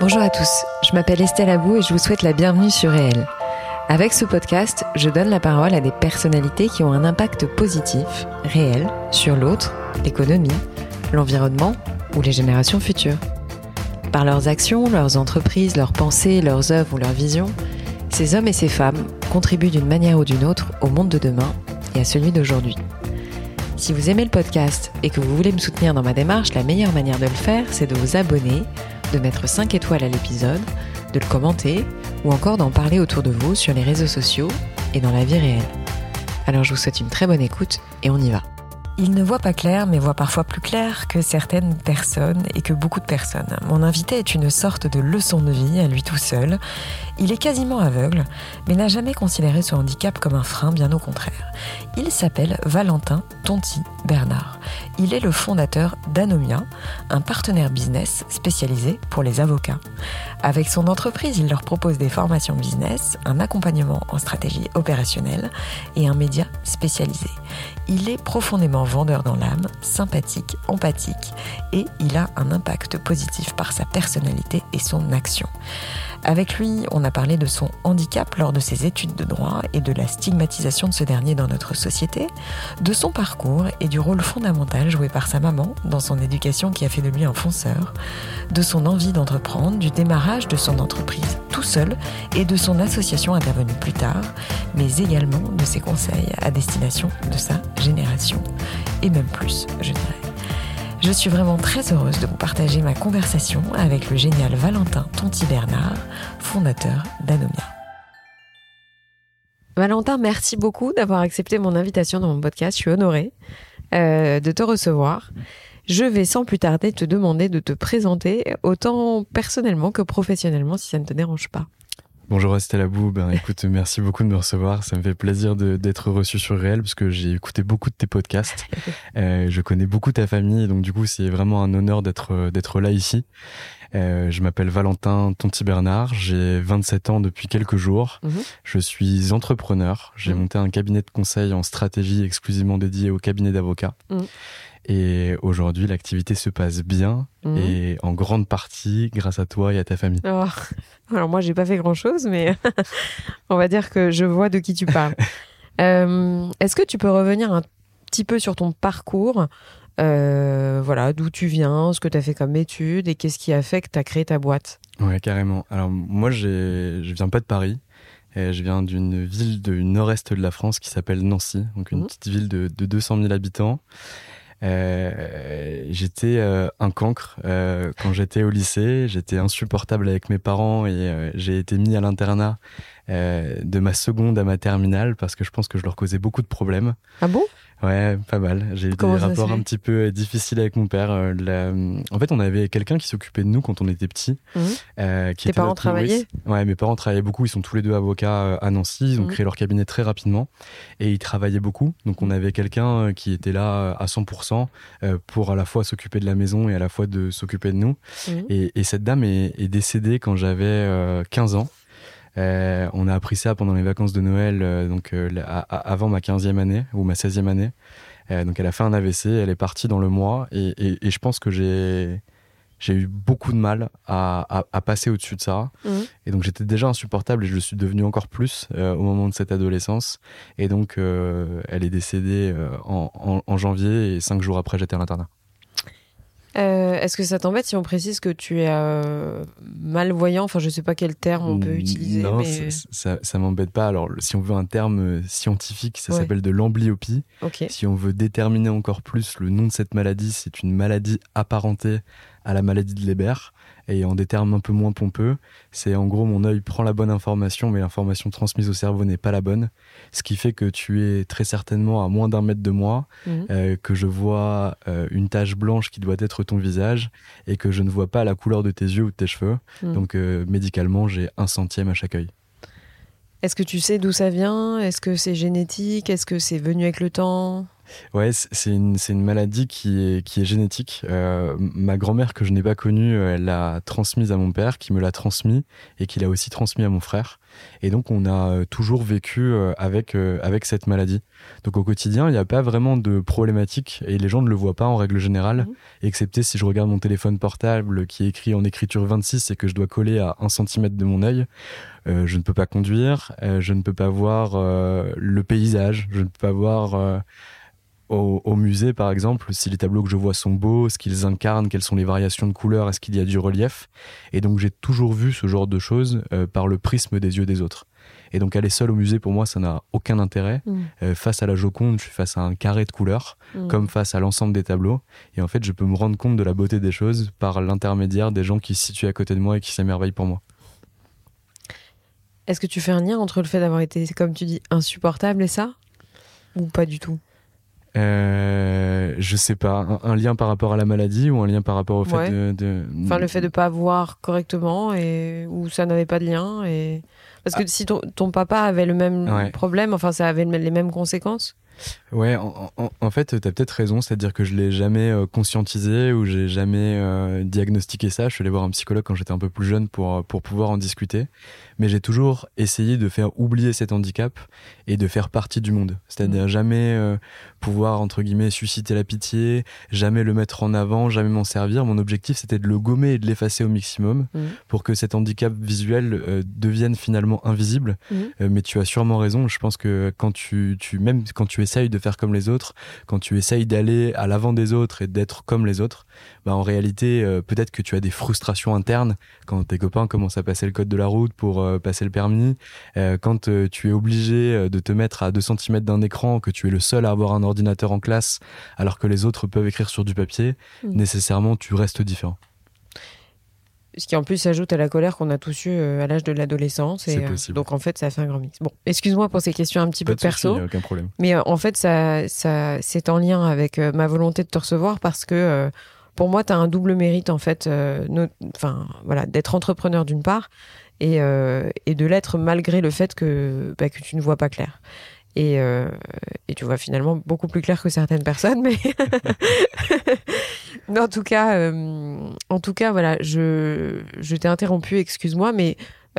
Bonjour à tous, je m'appelle Estelle Abou et je vous souhaite la bienvenue sur Réel. Avec ce podcast, je donne la parole à des personnalités qui ont un impact positif, réel, sur l'autre, l'économie, l'environnement ou les générations futures. Par leurs actions, leurs entreprises, leurs pensées, leurs œuvres ou leurs visions, ces hommes et ces femmes contribuent d'une manière ou d'une autre au monde de demain et à celui d'aujourd'hui. Si vous aimez le podcast et que vous voulez me soutenir dans ma démarche, la meilleure manière de le faire, c'est de vous abonner, de mettre 5 étoiles à l'épisode, de le commenter ou encore d'en parler autour de vous sur les réseaux sociaux et dans la vie réelle. Alors je vous souhaite une très bonne écoute et on y va. Il ne voit pas clair, mais voit parfois plus clair que certaines personnes et que beaucoup de personnes. Mon invité est une sorte de leçon de vie à lui tout seul. Il est quasiment aveugle, mais n'a jamais considéré ce handicap comme un frein, bien au contraire. Il s'appelle Valentin Tonti-Bernard. Il est le fondateur d'Anomia, un partenaire business spécialisé pour les avocats. Avec son entreprise, il leur propose des formations business, un accompagnement en stratégie opérationnelle et un média spécialisé. Il est profondément vendeur dans l'âme, sympathique, empathique et il a un impact positif par sa personnalité et son action. Avec lui, on a parlé de son handicap lors de ses études de droit et de la stigmatisation de ce dernier dans notre société, de son parcours et du rôle fondamental joué par sa maman dans son éducation qui a fait de lui un fonceur, de son envie d'entreprendre, du démarrage de son entreprise tout seul et de son association intervenue plus tard, mais également de ses conseils à destination de sa génération, et même plus, je dirais. Je suis vraiment très heureuse de vous partager ma conversation avec le génial Valentin Tonti-Bernard, fondateur d'Anomia. Valentin, merci beaucoup d'avoir accepté mon invitation dans mon podcast. Je suis honorée de te recevoir. Je vais sans plus tarder te demander de te présenter autant personnellement que professionnellement, si ça ne te dérange pas. Bonjour Estelle Abou, écoute, merci beaucoup de me recevoir. Ça me fait plaisir d'être reçu sur Réel parce que j'ai écouté beaucoup de tes podcasts. Je connais beaucoup ta famille, donc du coup c'est vraiment un honneur d'être là ici. Je m'appelle Valentin Tonti-Bernard, j'ai 27 ans depuis quelques jours. Je suis entrepreneur. J'ai monté un cabinet de conseil en stratégie exclusivement dédié au cabinet d'avocats. Et aujourd'hui, l'activité se passe bien et en grande partie grâce à toi et à ta famille. Oh. Alors moi, j'ai pas fait grand-chose, mais on va dire que je vois de qui tu parles. Est-ce que tu peux revenir un petit peu sur ton parcours, voilà, d'où tu viens, ce que tu as fait comme études et qu'est-ce qui a fait que tu as créé ta boîte ? Ouais, carrément. Alors moi, je viens pas de Paris. Je viens d'une ville du nord-est de la France qui s'appelle Nancy, donc une petite ville de 200 000 habitants. J'étais un cancre quand j'étais au lycée, j'étais insupportable avec mes parents et j'ai été mis à l'internat de ma seconde à ma terminale parce que je pense que je leur causais beaucoup de problèmes. Ah bon ? Ouais, pas mal. J'ai eu des rapports un petit peu difficiles avec mon père. En fait, on avait quelqu'un qui s'occupait de nous quand on était petits. Tes parents travaillaient ? Ouais, mes parents travaillaient beaucoup. Ils sont tous les deux avocats à Nancy. Ils ont créé leur cabinet très rapidement. Et ils travaillaient beaucoup. Donc, on avait quelqu'un qui était là à 100% pour à la fois s'occuper de la maison et à la fois de s'occuper de nous. Et cette dame est décédée quand j'avais 15 ans. On a appris ça pendant les vacances de Noël, avant ma 15e année ou ma 16e année. Donc elle a fait un AVC, elle est partie dans le mois et je pense que j'ai eu beaucoup de mal à passer au-dessus de ça. Et donc j'étais déjà insupportable et je le suis devenu encore plus au moment de cette adolescence. Et donc elle est décédée en janvier et 5 jours après j'étais à l'internat. Est-ce que ça t'embête si on précise que tu es malvoyant ? Enfin, je sais pas quel terme on peut utiliser. Non, mais... ça m'embête pas. Alors, si on veut un terme scientifique, ça s'appelle de l'amblyopie. Okay. Si on veut déterminer encore plus le nom de cette maladie, c'est une maladie apparentée à la maladie de Leber. Et en des termes un peu moins pompeux, c'est en gros mon œil prend la bonne information, mais l'information transmise au cerveau n'est pas la bonne. Ce qui fait que tu es très certainement à moins d'1 mètre de moi, que je vois une tache blanche qui doit être ton visage et que je ne vois pas la couleur de tes yeux ou de tes cheveux. Donc médicalement, j'ai 1/100 à chaque œil. Est-ce que tu sais d'où ça vient ? Est-ce que c'est génétique ? Est-ce que c'est venu avec le temps ? Ouais, c'est une maladie qui est génétique. Ma grand-mère, que je n'ai pas connue, elle l'a transmise à mon père, qui me l'a transmis et qui l'a aussi transmis à mon frère. Et donc, on a toujours vécu avec cette maladie. Donc, au quotidien, il n'y a pas vraiment de problématique et les gens ne le voient pas en règle générale, excepté si je regarde mon téléphone portable qui est écrit en écriture 26 et que je dois coller à 1 centimètre de mon œil. Je ne peux pas conduire, je ne peux pas voir le paysage, je ne peux pas voir au musée par exemple si les tableaux que je vois sont beaux, ce qu'ils incarnent, quelles sont les variations de couleurs, est-ce qu'il y a du relief. Et donc j'ai toujours vu ce genre de choses par le prisme des yeux des autres. Et donc aller seul au musée, pour moi, ça n'a aucun intérêt. Face à la Joconde, je suis face à un carré de couleurs, comme face à l'ensemble des tableaux. Et en fait, je peux me rendre compte de la beauté des choses par l'intermédiaire des gens qui se situent à côté de moi et qui s'émerveillent pour moi. Est-ce que tu fais un lien entre le fait d'avoir été, comme tu dis, insupportable et ça ? Ou pas du tout ? Je sais pas, un lien par rapport à la maladie ou un lien par rapport au fait de... Enfin, le fait de pas voir correctement et où ça n'avait pas de lien et... Parce que si ton papa avait le même problème, enfin ça avait les mêmes conséquences. Ouais, en fait, t'as peut-être raison, c'est-à-dire que je l'ai jamais conscientisé ou j'ai jamais diagnostiqué ça. Je suis allé voir un psychologue quand j'étais un peu plus jeune pour pouvoir en discuter. Mais j'ai toujours essayé de faire oublier cet handicap et de faire partie du monde. C'est-à-dire jamais pouvoir, entre guillemets, susciter la pitié, jamais le mettre en avant, jamais m'en servir. Mon objectif, c'était de le gommer et de l'effacer au maximum pour que cet handicap visuel devienne finalement invisible. Mais tu as sûrement raison. Je pense que même quand tu essayes de faire comme les autres, quand tu essayes d'aller à l'avant des autres et d'être comme les autres, bah en réalité, peut-être que tu as des frustrations internes quand tes copains commencent à passer le code de la route pour passer le permis, quand tu es obligé de te mettre à 2 cm d'un écran, que tu es le seul à avoir un ordinateur en classe alors que les autres peuvent écrire sur du papier, nécessairement tu restes différent. Ce qui en plus s'ajoute à la colère qu'on a tous eu à l'âge de l'adolescence. C'est possible. Donc en fait, ça fait un grand mix. Bon, excuse-moi pour ces questions un petit peu perso. Il n'y a aucun problème. Mais en fait, ça, c'est en lien avec ma volonté de te recevoir parce que pour moi, tu as un double mérite en fait. D'être entrepreneur d'une part et de l'être malgré le fait que tu ne vois pas clair. Et tu vois finalement beaucoup plus clair que certaines personnes, mais en tout cas, voilà, je t'ai interrompu, excuse-moi, mais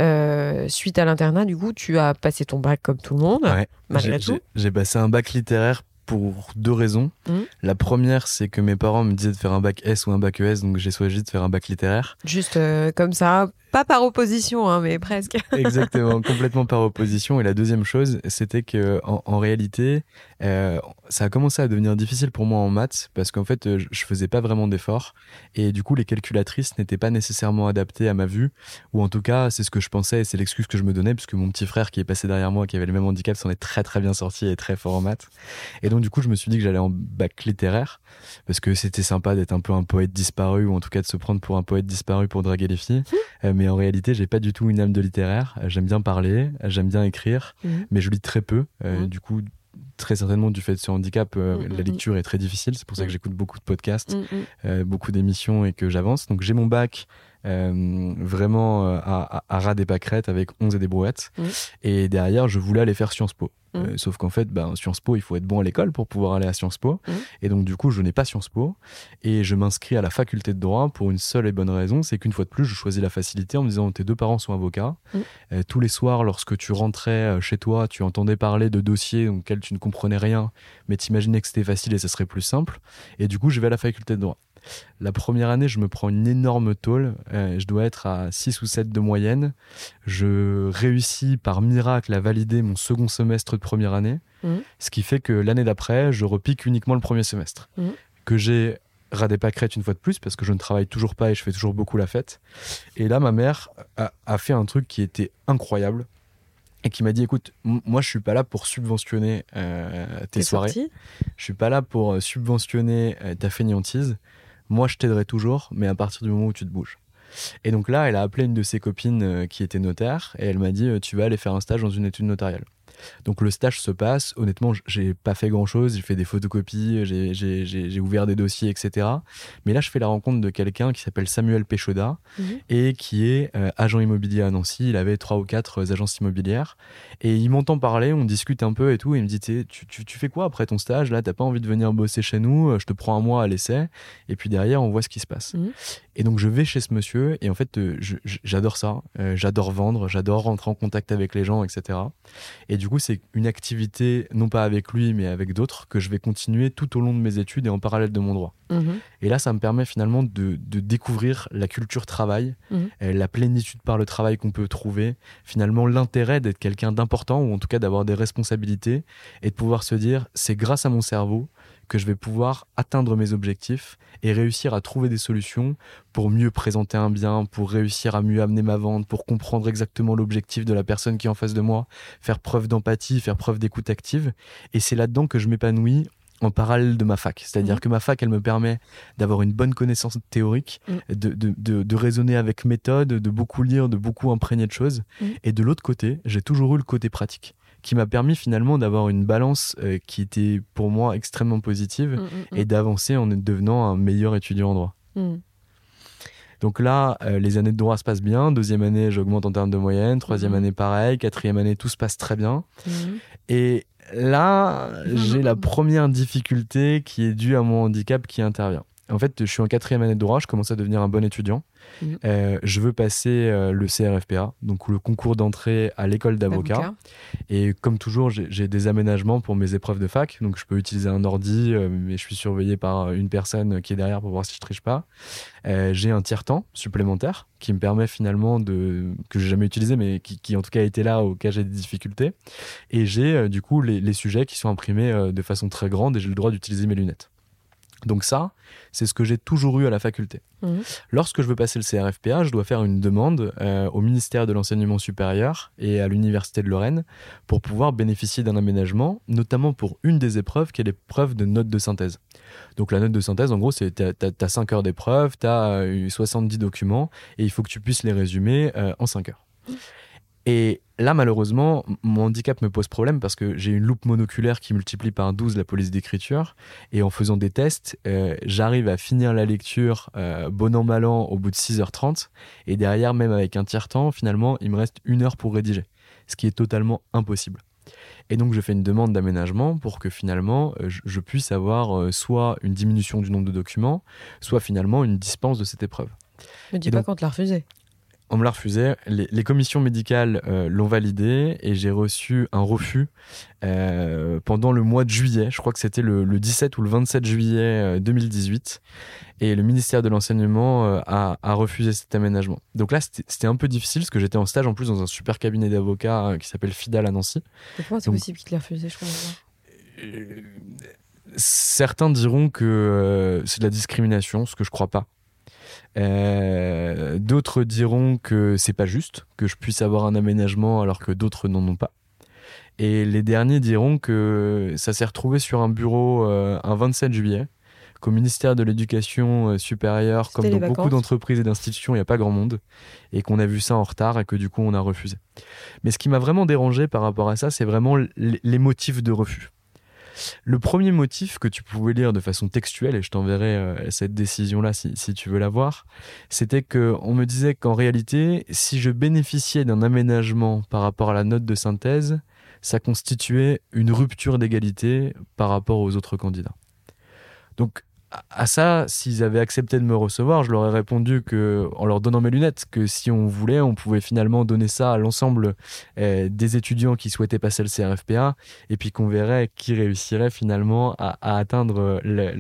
suite à l'internat, du coup, tu as passé ton bac comme tout le monde, malgré tout. J'ai passé un bac littéraire pour 2 raisons. La première, c'est que mes parents me disaient de faire un bac S ou un bac ES, donc j'ai choisi de faire un bac littéraire. Juste comme ça, pas par opposition, hein, mais presque. Exactement, complètement par opposition. Et la deuxième chose, c'était que en réalité, ça a commencé à devenir difficile pour moi en maths parce qu'en fait, je faisais pas vraiment d'efforts et du coup, les calculatrices n'étaient pas nécessairement adaptées à ma vue, ou en tout cas, c'est ce que je pensais et c'est l'excuse que je me donnais, puisque mon petit frère qui est passé derrière moi, qui avait le même handicap, s'en est très très bien sorti et est très fort en maths. Et donc du coup, je me suis dit que j'allais en bac littéraire parce que c'était sympa d'être un peu un poète disparu, ou en tout cas de se prendre pour un poète disparu pour draguer les filles. Mais en réalité, j'ai pas du tout une âme de littéraire. J'aime bien parler, j'aime bien écrire, mais je lis très peu. Du coup, très certainement du fait de ce handicap, la lecture est très difficile. C'est pour ça que j'écoute beaucoup de podcasts, beaucoup d'émissions et que j'avance. Donc j'ai mon bac vraiment à ras des pâquerettes avec 11 et des brouettes. Et derrière, je voulais aller faire Sciences Po. Sauf qu'en fait, Sciences Po, il faut être bon à l'école pour pouvoir aller à Sciences Po. Et donc, du coup, je n'ai pas Sciences Po. Et je m'inscris à la faculté de droit pour une seule et bonne raison, c'est qu'une fois de plus, je choisis la facilité en me disant, tes 2 parents sont avocats. Tous les soirs, lorsque tu rentrais chez toi, tu entendais parler de dossiers auxquels tu ne comprenais rien, mais t'imaginais que c'était facile et ça serait plus simple. Et du coup, je vais à la faculté de droit. La première année, je me prends une énorme tôle. Je dois être à 6 ou 7 de moyenne. Je réussis par miracle à valider mon second semestre de première année. Ce qui fait que l'année d'après, je repique uniquement le premier semestre. Que j'ai ras des pâquerettes une fois de plus, parce que je ne travaille toujours pas et je fais toujours beaucoup la fête. Et là, ma mère a fait un truc qui était incroyable. Et qui m'a dit, écoute, moi je suis pas là pour subventionner tes soirées. Sorties. Je suis pas là pour subventionner ta fainéantise. Moi, je t'aiderai toujours, mais à partir du moment où tu te bouges. Et donc là, elle a appelé une de ses copines qui était notaire et elle m'a dit, tu vas aller faire un stage dans une étude notariale. Donc le stage se passe, honnêtement, j'ai pas fait grand-chose, j'ai fait des photocopies, j'ai ouvert des dossiers, etc. Mais là, je fais la rencontre de quelqu'un qui s'appelle Samuel Péchoda et qui est agent immobilier à Nancy. Il avait 3 ou 4 agences immobilières et il m'entend parler, on discute un peu et tout, et il me dit tu fais quoi après ton stage là, t'as pas envie de venir bosser chez nous, je te prends un mois à l'essai et puis derrière on voit ce qui se passe. Et donc je vais chez ce monsieur et en fait j'adore ça, j'adore vendre, j'adore rentrer en contact avec les gens, etc. Et du coup c'est une activité non pas avec lui mais avec d'autres que je vais continuer tout au long de mes études et en parallèle de mon droit. Et là ça me permet finalement de découvrir la culture travail, la plénitude par le travail qu'on peut trouver, finalement l'intérêt d'être quelqu'un d'important ou en tout cas d'avoir des responsabilités et de pouvoir se dire c'est grâce à mon cerveau que je vais pouvoir atteindre mes objectifs et réussir à trouver des solutions pour mieux présenter un bien, pour réussir à mieux amener ma vente, pour comprendre exactement l'objectif de la personne qui est en face de moi, faire preuve d'empathie, faire preuve d'écoute active. Et c'est là-dedans que je m'épanouis en parallèle de ma fac. C'est-à-dire que ma fac, elle me permet d'avoir une bonne connaissance théorique, de raisonner avec méthode, de beaucoup lire, de beaucoup imprégner de choses. Et de l'autre côté, j'ai toujours eu le côté pratique, qui m'a permis finalement d'avoir une balance qui était pour moi extrêmement positive et d'avancer en devenant un meilleur étudiant en droit. Donc là, les années de droit se passent bien. 2e année, j'augmente en termes de moyenne. 3e année, pareil. 4e année, tout se passe très bien. Et là, j'ai la première difficulté qui est due à mon handicap qui intervient. En fait, je suis en 4e année de droit, je commence à devenir un bon étudiant. Je veux passer le CRFPA, donc le concours d'entrée à l'école d'avocat. Et comme toujours, j'ai des aménagements pour mes épreuves de fac. Donc je peux utiliser un ordi, mais je suis surveillé par une personne qui est derrière pour voir si je triche pas. J'ai un tiers-temps supplémentaire qui me permet finalement que j'ai jamais utilisé, mais qui en tout cas était là au cas j'ai des difficultés. Et j'ai du coup les sujets qui sont imprimés de façon très grande et j'ai le droit d'utiliser mes lunettes. Donc ça, c'est ce que j'ai toujours eu à la faculté. Lorsque je veux passer le CRFPA, je dois faire une demande au ministère de l'Enseignement supérieur et à l'Université de Lorraine pour pouvoir bénéficier d'un aménagement, notamment pour une des épreuves qui est l'épreuve de note de synthèse. Donc la note de synthèse, en gros, c'est t'as 5 heures d'épreuve, t'as 70 documents et il faut que tu puisses les résumer en 5 heures. Et là, malheureusement, mon handicap me pose problème parce que j'ai une loupe monoculaire qui multiplie par 12 la police d'écriture. Et en faisant des tests, j'arrive à finir la lecture bon an, mal an au bout de 6h30. Et derrière, même avec un tiers-temps, finalement, il me reste 1 heure pour rédiger. Ce qui est totalement impossible. Et donc, je fais une demande d'aménagement pour que finalement, je puisse avoir soit une diminution du nombre de documents, soit finalement une dispense de cette épreuve. Ne dis pas qu'on te l'a refusé. On me l'a refusé. Les commissions médicales l'ont validé et j'ai reçu un refus pendant le mois de juillet. Je crois que c'était le 17 ou le 27 juillet 2018. Et le ministère de l'Enseignement a refusé cet aménagement. Donc là, c'était un peu difficile parce que j'étais en stage en plus dans un super cabinet d'avocats qui s'appelle Fidal à Nancy. Pourquoi c'est possible qu'il te l'ait refusé, je comprends pas. Certains diront que c'est de la discrimination, ce que je crois pas. D'autres diront que c'est pas juste, que je puisse avoir un aménagement alors que d'autres n'en ont pas. Et les derniers diront que ça s'est retrouvé sur un bureau un 27 juillet, qu'au ministère de l'Éducation supérieure, comme dans beaucoup d'entreprises et d'institutions, il n'y a pas grand monde, et qu'on a vu ça en retard et que du coup on a refusé. Mais ce qui m'a vraiment dérangé par rapport à ça, c'est vraiment les motifs de refus. Le premier motif que tu pouvais lire de façon textuelle, et je t'enverrai cette décision-là si tu veux la voir, c'était qu'on me disait qu'en réalité, si je bénéficiais d'un aménagement par rapport à la note de synthèse, ça constituait une rupture d'égalité par rapport aux autres candidats. Donc, à ça, s'ils avaient accepté de me recevoir, je leur ai répondu en leur donnant mes lunettes, que si on voulait, on pouvait finalement donner ça à l'ensemble des étudiants qui souhaitaient passer le CRFPA, et puis qu'on verrait qui réussirait finalement à atteindre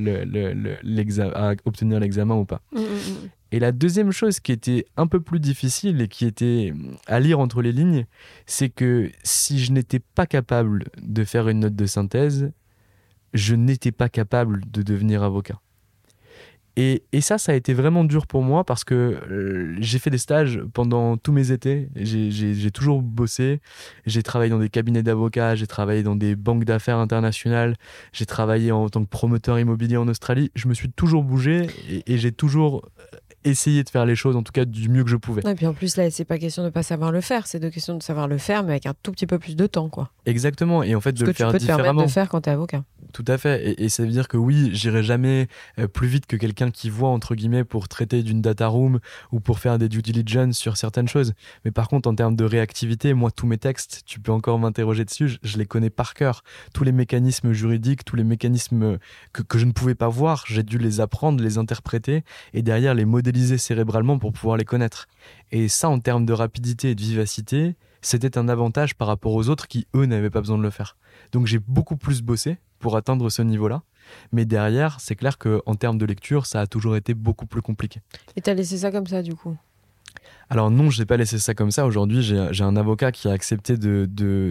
à obtenir l'examen ou pas. Et la deuxième chose qui était un peu plus difficile et qui était à lire entre les lignes, c'est que si je n'étais pas capable de faire une note de synthèse, je n'étais pas capable de devenir avocat. Et ça a été vraiment dur pour moi parce que j'ai fait des stages pendant tous mes étés. J'ai toujours bossé. J'ai travaillé dans des cabinets d'avocats, j'ai travaillé dans des banques d'affaires internationales, j'ai travaillé en tant que promoteur immobilier en Australie. Je me suis toujours bougé et j'ai toujours essayé de faire les choses, en tout cas du mieux que je pouvais. Et puis en plus, là, c'est pas question de pas savoir le faire, c'est de question de savoir le faire, mais avec un tout petit peu plus de temps, quoi. Exactement, et en fait, de le faire différemment. Ce que tu peux te permettre de faire quand t'es avocat. Tout à fait, et ça veut dire que oui, j'irai jamais plus vite que quelqu'un qui voit, entre guillemets, pour traiter d'une data room ou pour faire des due diligence sur certaines choses. Mais par contre, en termes de réactivité, moi, tous mes textes, tu peux encore m'interroger dessus, je les connais par cœur. Tous les mécanismes juridiques, tous les mécanismes que je ne pouvais pas voir, j'ai dû les apprendre, les interpréter et derrière les modéliser cérébralement pour pouvoir les connaître. Et ça, en termes de rapidité et de vivacité, c'était un avantage par rapport aux autres qui, eux, n'avaient pas besoin de le faire. Donc j'ai beaucoup plus bossé pour atteindre ce niveau-là. Mais derrière, c'est clair qu'en termes de lecture, ça a toujours été beaucoup plus compliqué. Et t'as laissé ça comme ça, du coup ? Alors non, je n'ai pas laissé ça comme ça. Aujourd'hui, j'ai un avocat qui a accepté de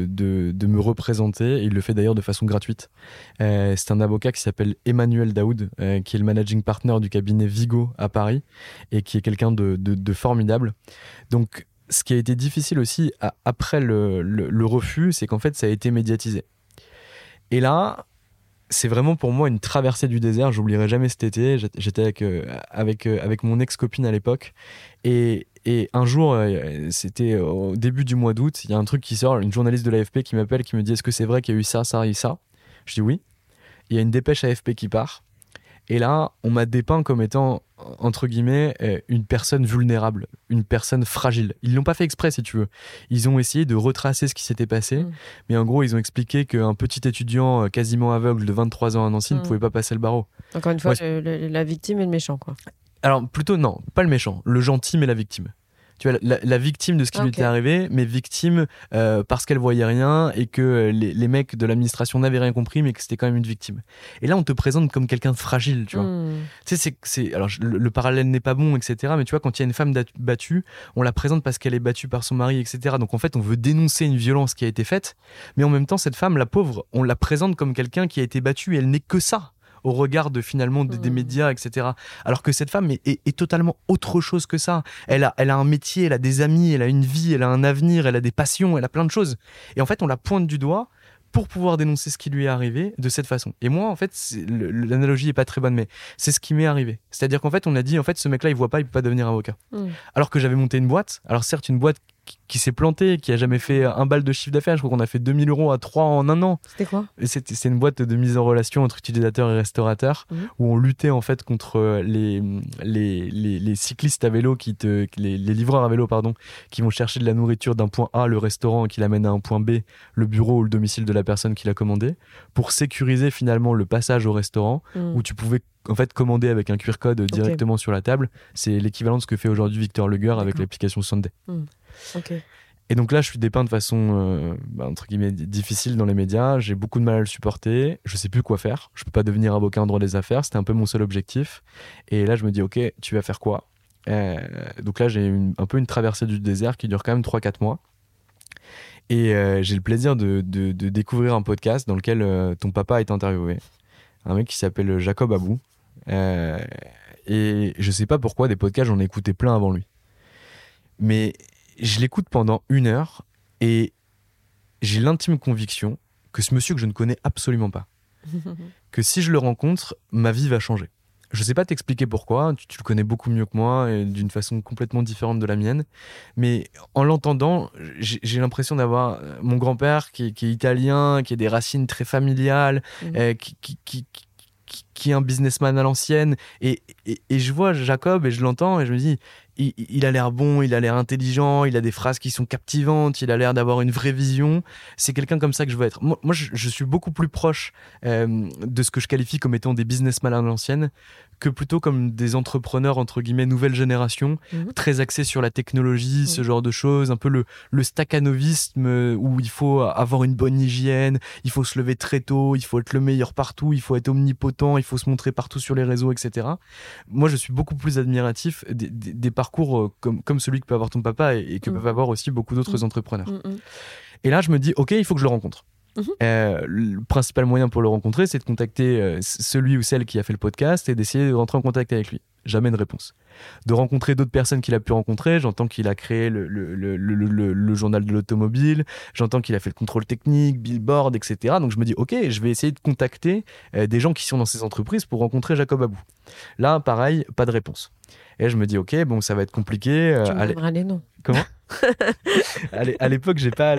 me représenter. Il le fait d'ailleurs de façon gratuite. C'est un avocat qui s'appelle Emmanuel Daoud, qui est le managing partner du cabinet Vigo à Paris et qui est quelqu'un de formidable. Donc, ce qui a été difficile aussi après le refus, c'est qu'en fait, ça a été médiatisé. Et là, c'est vraiment pour moi une traversée du désert. J'oublierai jamais cet été. J'étais avec mon ex-copine à l'époque. Et un jour, c'était au début du mois d'août, il y a un truc qui sort, une journaliste de l'AFP qui m'appelle, qui me dit « Est-ce que c'est vrai qu'il y a eu ça, ça et ça ?» Je dis « Oui ». Il y a une dépêche AFP qui part. Et là, on m'a dépeint comme étant, entre guillemets, une personne vulnérable, une personne fragile. Ils l'ont pas fait exprès, si tu veux. Ils ont essayé de retracer ce qui s'était passé. Mais en gros, ils ont expliqué qu'un petit étudiant quasiment aveugle de 23 ans à Nancy ne pouvait pas passer le barreau. Encore une fois, la victime et le méchant, quoi. Alors, plutôt, non, pas le méchant. Le gentil, mais la victime. Tu vois, la victime de ce qui lui était arrivé, mais victime parce qu'elle voyait rien et que les mecs de l'administration n'avaient rien compris, mais que c'était quand même une victime. Et là, on te présente comme quelqu'un de fragile, tu vois. Tu sais, alors le parallèle n'est pas bon, etc. Mais tu vois, quand il y a une femme battue, on la présente parce qu'elle est battue par son mari, etc. Donc en fait, on veut dénoncer une violence qui a été faite, mais en même temps, cette femme, la pauvre, on la présente comme quelqu'un qui a été battu et elle n'est que ça au regard de finalement des médias, etc. Alors que cette femme est totalement autre chose que ça. Elle a un métier, elle a des amis, elle a une vie, elle a un avenir, elle a des passions, elle a plein de choses. Et en fait, on la pointe du doigt pour pouvoir dénoncer ce qui lui est arrivé de cette façon. Et moi, en fait, l'analogie est pas très bonne, mais c'est ce qui m'est arrivé. C'est-à-dire qu'en fait, on a dit, en fait, ce mec-là, il voit pas, il peut pas devenir avocat. Alors que j'avais monté une boîte, alors certes, une boîte qui s'est plantée, qui a jamais fait un bal de chiffre d'affaires. Je crois qu'on a fait 2000 € à 3 en un an. C'était quoi ? C'est une boîte de mise en relation entre utilisateurs et restaurateurs où on luttait en fait contre les cyclistes à vélo, les livreurs à vélo, pardon, qui vont chercher de la nourriture d'un point A, le restaurant, et qui l'amènent à un point B, le bureau ou le domicile de la personne qui l'a commandé, pour sécuriser finalement le passage au restaurant où tu pouvais en fait commander avec un QR code directement sur la table. C'est l'équivalent de ce que fait aujourd'hui Victor Luger avec l'application Sunday. Et donc là, je suis dépeint de façon entre guillemets difficile dans les médias. J'ai beaucoup de mal à le supporter. Je sais plus quoi faire. Je peux pas devenir avocat en droit des affaires. C'était un peu mon seul objectif. Et là, je me dis, ok, tu vas faire quoi ? Donc là, j'ai un peu une traversée du désert qui dure quand même 3-4 mois. Et j'ai le plaisir de découvrir un podcast dans lequel ton papa est interviewé. Un mec qui s'appelle Jacob Abou. Et je sais pas pourquoi, des podcasts, j'en ai écouté plein avant lui. Mais je l'écoute pendant 1 heure et j'ai l'intime conviction que ce monsieur que je ne connais absolument pas, que si je le rencontre, ma vie va changer. Je sais pas t'expliquer pourquoi, tu le connais beaucoup mieux que moi et d'une façon complètement différente de la mienne, mais en l'entendant, j'ai l'impression d'avoir mon grand-père qui est italien, qui a des racines très familiales, qui est un businessman à l'ancienne, et je vois Jacob et je l'entends et je me dis, il a l'air bon, il a l'air intelligent, il a des phrases qui sont captivantes, il a l'air d'avoir une vraie vision. C'est quelqu'un comme ça que je veux être. Moi je suis beaucoup plus proche de ce que je qualifie comme étant des businessmen à l'ancienne que plutôt comme des entrepreneurs entre guillemets nouvelle génération, très axés sur la technologie, ce genre de choses, un peu le staccanovisme où il faut avoir une bonne hygiène, il faut se lever très tôt, il faut être le meilleur partout, il faut être omnipotent, il faut se montrer partout sur les réseaux, etc. Moi, je suis beaucoup plus admiratif des parcours comme celui que peut avoir ton papa et que peuvent avoir aussi beaucoup d'autres entrepreneurs. Et là, je me dis, ok, il faut que je le rencontre. Le principal moyen pour le rencontrer, c'est de contacter celui ou celle qui a fait le podcast et d'essayer de rentrer en contact avec lui. Jamais de réponse. De rencontrer d'autres personnes qu'il a pu rencontrer. J'entends qu'il a créé le journal de l'automobile. J'entends qu'il a fait le contrôle technique, billboard, etc. Donc je me dis, ok, je vais essayer de contacter des gens qui sont dans ces entreprises pour rencontrer Jacob Abou. Là, pareil, pas de réponse. Et je me dis, ok, bon, ça va être compliqué. Tu me donneras les noms. Comment? À l'époque, j'ai pas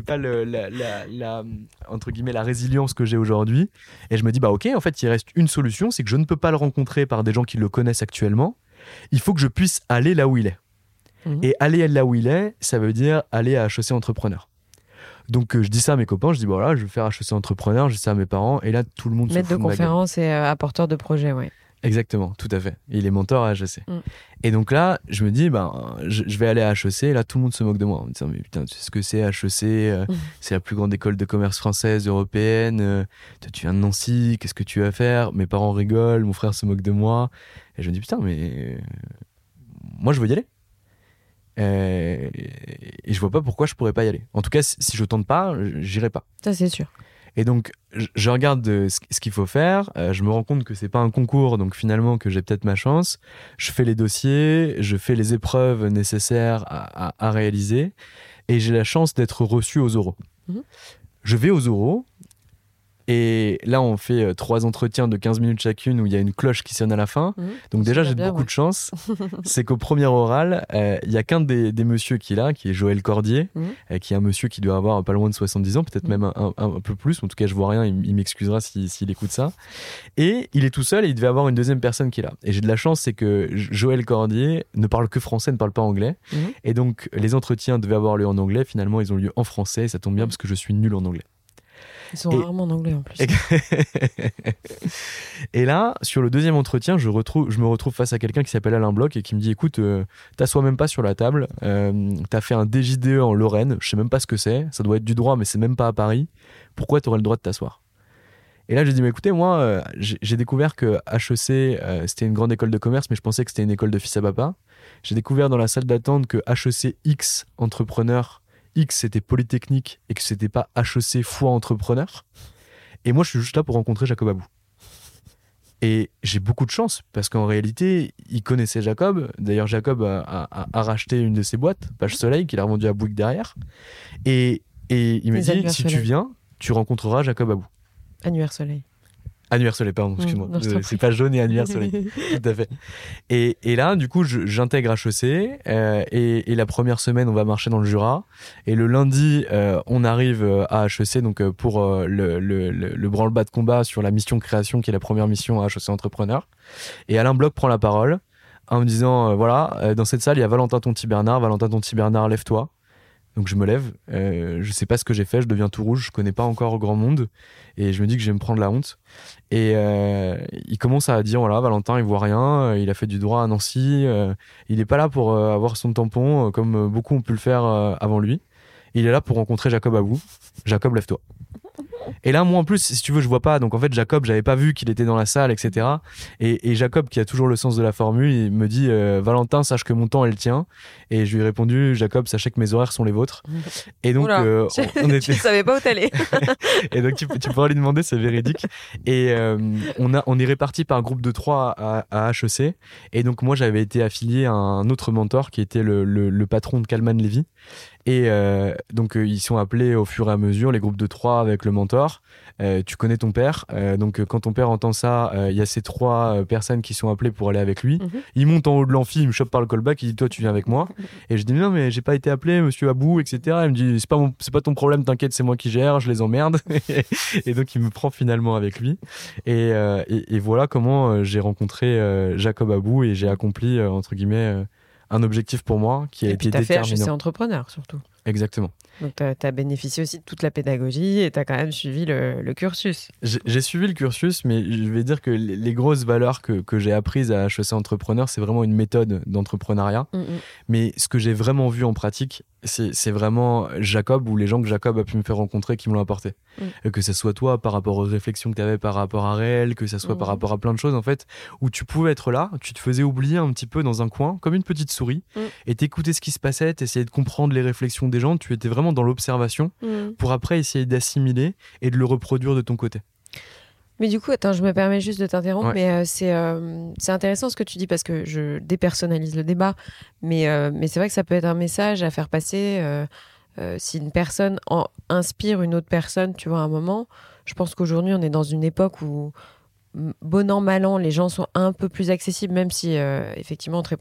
entre guillemets la résilience que j'ai aujourd'hui. Et je me dis, bah ok, en fait, il reste une solution, c'est que je ne peux pas le rencontrer par des gens qui le connaissent actuellement. Il faut que je puisse aller là où il est. Et aller là où il est, ça veut dire aller à HEC Entrepreneur. Donc je dis ça à mes copains, je dis voilà, je vais faire HEC Entrepreneur, je dis ça à mes parents, et là tout le monde se fout de ma gueule. Maître de conférence et apporteur de projet, ouais. Exactement, tout à fait. Il est mentor à HEC. Et donc là, je me dis, je vais aller à HEC. Et là, tout le monde se moque de moi en me disant, mais putain, tu sais ce que c'est HEC c'est la plus grande école de commerce française, européenne. Tu viens de Nancy, qu'est-ce que tu vas faire? Mes parents rigolent, mon frère se moque de moi. Et je me dis, putain, mais moi, je veux y aller. Et je vois pas pourquoi je pourrais pas y aller. En tout cas, si je tente pas, j'irai pas. Ça, c'est sûr. Et donc, je regarde ce qu'il faut faire. Je me rends compte que c'est pas un concours, donc finalement que j'ai peut-être ma chance. Je fais les dossiers, je fais les épreuves nécessaires à réaliser, et j'ai la chance d'être reçu aux oraux. Je vais aux oraux, et là, on fait 3 entretiens de 15 minutes chacune où il y a une cloche qui sonne à la fin. Donc déjà, j'ai beaucoup de chance. C'est qu'au premier oral, il y a qu'un des messieurs qui est là, qui est Joël Cordier, qui est un monsieur qui doit avoir pas loin de 70 ans, peut-être même un peu plus. En tout cas, je vois rien, il m'excusera s'il écoute ça. Et il est tout seul et il devait avoir une deuxième personne qui est là. Et j'ai de la chance, c'est que Joël Cordier ne parle que français, ne parle pas anglais. Et donc, les entretiens devaient avoir lieu en anglais. Finalement, ils ont lieu en français. Et ça tombe bien parce que je suis nul en anglais. Ils sont rarement en anglais en plus. Et là, sur le deuxième entretien, je me retrouve face à quelqu'un qui s'appelle Alain Bloch et qui me dit, écoute, t'assois même pas sur la table, t'as fait un DJDE en Lorraine, je sais même pas ce que c'est, ça doit être du droit mais c'est même pas à Paris, pourquoi t'aurais le droit de t'asseoir? Et là, je dis, mais écoutez, moi, j'ai découvert que HEC, c'était une grande école de commerce, mais je pensais que c'était une école de fils à papa. J'ai découvert dans la salle d'attente que HEC X entrepreneur, X c'était Polytechnique et que c'était pas HEC fois entrepreneur. Et moi, je suis juste là pour rencontrer Jacob Abou. Et j'ai beaucoup de chance parce qu'en réalité, il connaissait Jacob. D'ailleurs, Jacob a racheté une de ses boîtes, Page Soleil, qu'il a revendue à Bouygues derrière. Et il m'a dit, si tu viens, tu rencontreras Jacob Abou. Annuaire Soleil. Annuaire Soleil, pardon, excuse-moi. C'est pas jaune et Annuaire Soleil. Tout à fait. Et là, du coup, j'intègre HEC et la première semaine, on va marcher dans le Jura. Et le lundi, on arrive à HEC donc, pour le branle-bas de combat sur la mission création, qui est la première mission à HEC Entrepreneur. Et Alain Bloch prend la parole en me disant, voilà, dans cette salle, il y a Valentin Tonti-Bernard. Valentin Tonti-Bernard, lève-toi. Donc je me lève, je sais pas ce que j'ai fait, je deviens tout rouge, je connais pas encore grand monde et je me dis que je vais me prendre la honte. Et il commence à dire voilà, Valentin il voit rien, il a fait du droit à Nancy, il est pas là pour avoir son tampon comme beaucoup ont pu le faire avant lui. Il est là pour rencontrer Jacob Abou. Jacob, lève-toi. Et là, moi en plus, si tu veux, je vois pas. Donc en fait, Jacob, j'avais pas vu qu'il était dans la salle, etc. Et Jacob, qui a toujours le sens de la formule, il me dit Valentin, sache que mon temps est le tien. Et je lui ai répondu Jacob, sachez que mes horaires sont les vôtres. Et donc, on était. Tu savais pas où t'allais. Et donc, tu pourras lui demander, c'est véridique. Et on est répartis par groupe de 3 à HEC. Et donc, moi, j'avais été affilié à un autre mentor qui était le patron de Kalman Levy. Et donc ils sont appelés au fur et à mesure, les groupes de 3 avec le mentor. Tu connais ton père, donc quand ton père entend ça, il y a ces 3 personnes qui sont appelées pour aller avec lui. Il monte en haut de l'amphi, il me chope par le callback, il dit toi tu viens avec moi. Et je dis non mais j'ai pas été appelé, monsieur Abou, etc. Il me dit c'est pas ton problème, t'inquiète, c'est moi qui gère, je les emmerde. Et donc il me prend finalement avec lui. Et voilà comment j'ai rencontré Jacob Abou et j'ai accompli entre guillemets un objectif pour moi qui a été déterminant. Et puis t'as fait HEC Entrepreneur surtout. Exactement. Donc t'as bénéficié aussi de toute la pédagogie et t'as quand même suivi le cursus. J'ai suivi le cursus, mais je vais dire que les grosses valeurs que j'ai apprises à HEC Entrepreneur, c'est vraiment une méthode d'entrepreneuriat. Mais ce que j'ai vraiment vu en pratique, c'est vraiment Jacob ou les gens que Jacob a pu me faire rencontrer qui me l'ont apporté. Que ce soit toi par rapport aux réflexions que tu avais par rapport à Réel, que ce soit par rapport à plein de choses en fait, où tu pouvais être là, tu te faisais oublier un petit peu dans un coin, comme une petite souris, et t'écoutais ce qui se passait, t'essayais de comprendre les réflexions des gens, tu étais vraiment dans l'observation pour après essayer d'assimiler et de le reproduire de ton côté. Mais du coup, attends, je me permets juste de t'interrompre, mais c'est intéressant ce que tu dis parce que je dépersonnalise le débat, mais c'est vrai que ça peut être un message à faire passer si une personne inspire une autre personne, tu vois, à un moment. Je pense qu'aujourd'hui, on est dans une époque où, bon an, mal an, les gens sont un peu plus accessibles, même si, effectivement, très...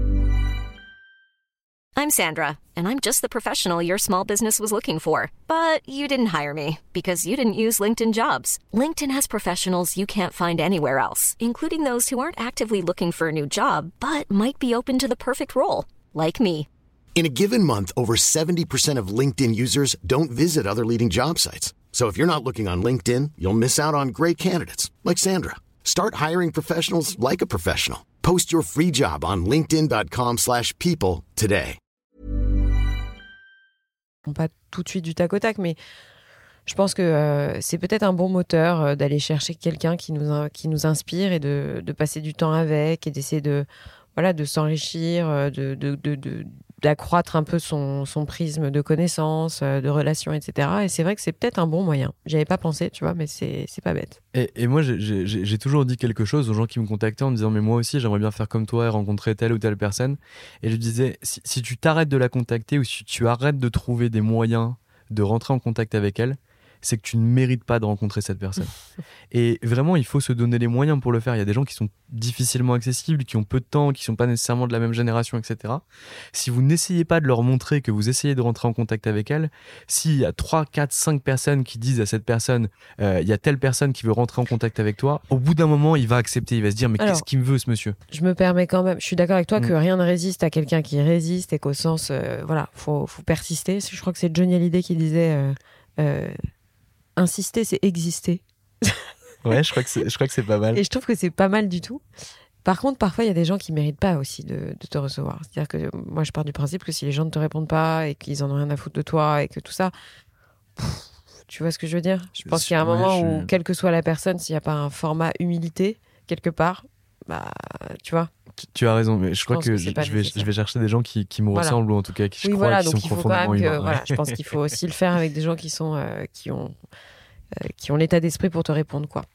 I'm Sandra, and I'm just the professional your small business was looking for. But you didn't hire me because you didn't use LinkedIn Jobs. LinkedIn has professionals you can't find anywhere else, including those who aren't actively looking for a new job, but might be open to the perfect role, like me. In a given month, over 70% of LinkedIn users don't visit other leading job sites. So if you're not looking on LinkedIn, you'll miss out on great candidates like Sandra. Start hiring professionals like a professional. Post your free job on linkedin.com/people today. Pas tout de suite du tac au tac, mais je pense que c'est peut-être un bon moteur d'aller chercher quelqu'un qui nous inspire et de passer du temps avec et d'essayer de s'enrichir, d'accroître un peu son prisme de connaissances, de relations, etc. Et c'est vrai que c'est peut-être un bon moyen. J'y avais pas pensé, tu vois, mais c'est pas bête. Et moi, j'ai toujours dit quelque chose aux gens qui me contactaient en me disant « Mais moi aussi, j'aimerais bien faire comme toi et rencontrer telle ou telle personne. » Et je disais, si tu t'arrêtes de la contacter ou si tu arrêtes de trouver des moyens de rentrer en contact avec elle, c'est que tu ne mérites pas de rencontrer cette personne. Et vraiment, il faut se donner les moyens pour le faire. Il y a des gens qui sont difficilement accessibles, qui ont peu de temps, qui ne sont pas nécessairement de la même génération, etc. Si vous n'essayez pas de leur montrer que vous essayez de rentrer en contact avec elle, s'il y a 3, 4, 5 personnes qui disent à cette personne il y a telle personne qui veut rentrer en contact avec toi, au bout d'un moment, il va accepter, il va se dire mais qu'est-ce qu'il me veut ce monsieur ? Je me permets quand même, je suis d'accord avec toi que rien ne résiste à quelqu'un qui résiste et qu'au sens, faut persister. Je crois que c'est Johnny Hallyday qui disait... insister, c'est exister. Ouais, je crois que c'est pas mal. Et je trouve que c'est pas mal du tout. Par contre, parfois, il y a des gens qui méritent pas aussi de te recevoir. C'est-à-dire que moi, je pars du principe que si les gens ne te répondent pas et qu'ils en ont rien à foutre de toi et que tout ça... tu vois ce que je veux dire ? Je pense qu'il y a un moment où, quelle que soit la personne, s'il n'y a pas un format humilité, quelque part, bah, tu vois. Tu as raison, mais je crois que je vais chercher des gens qui me ressemblent ou en tout cas qui je crois qui sont profondément humains. Voilà, je pense qu'il faut aussi le faire avec des gens qui ont l'état d'esprit pour te répondre, quoi.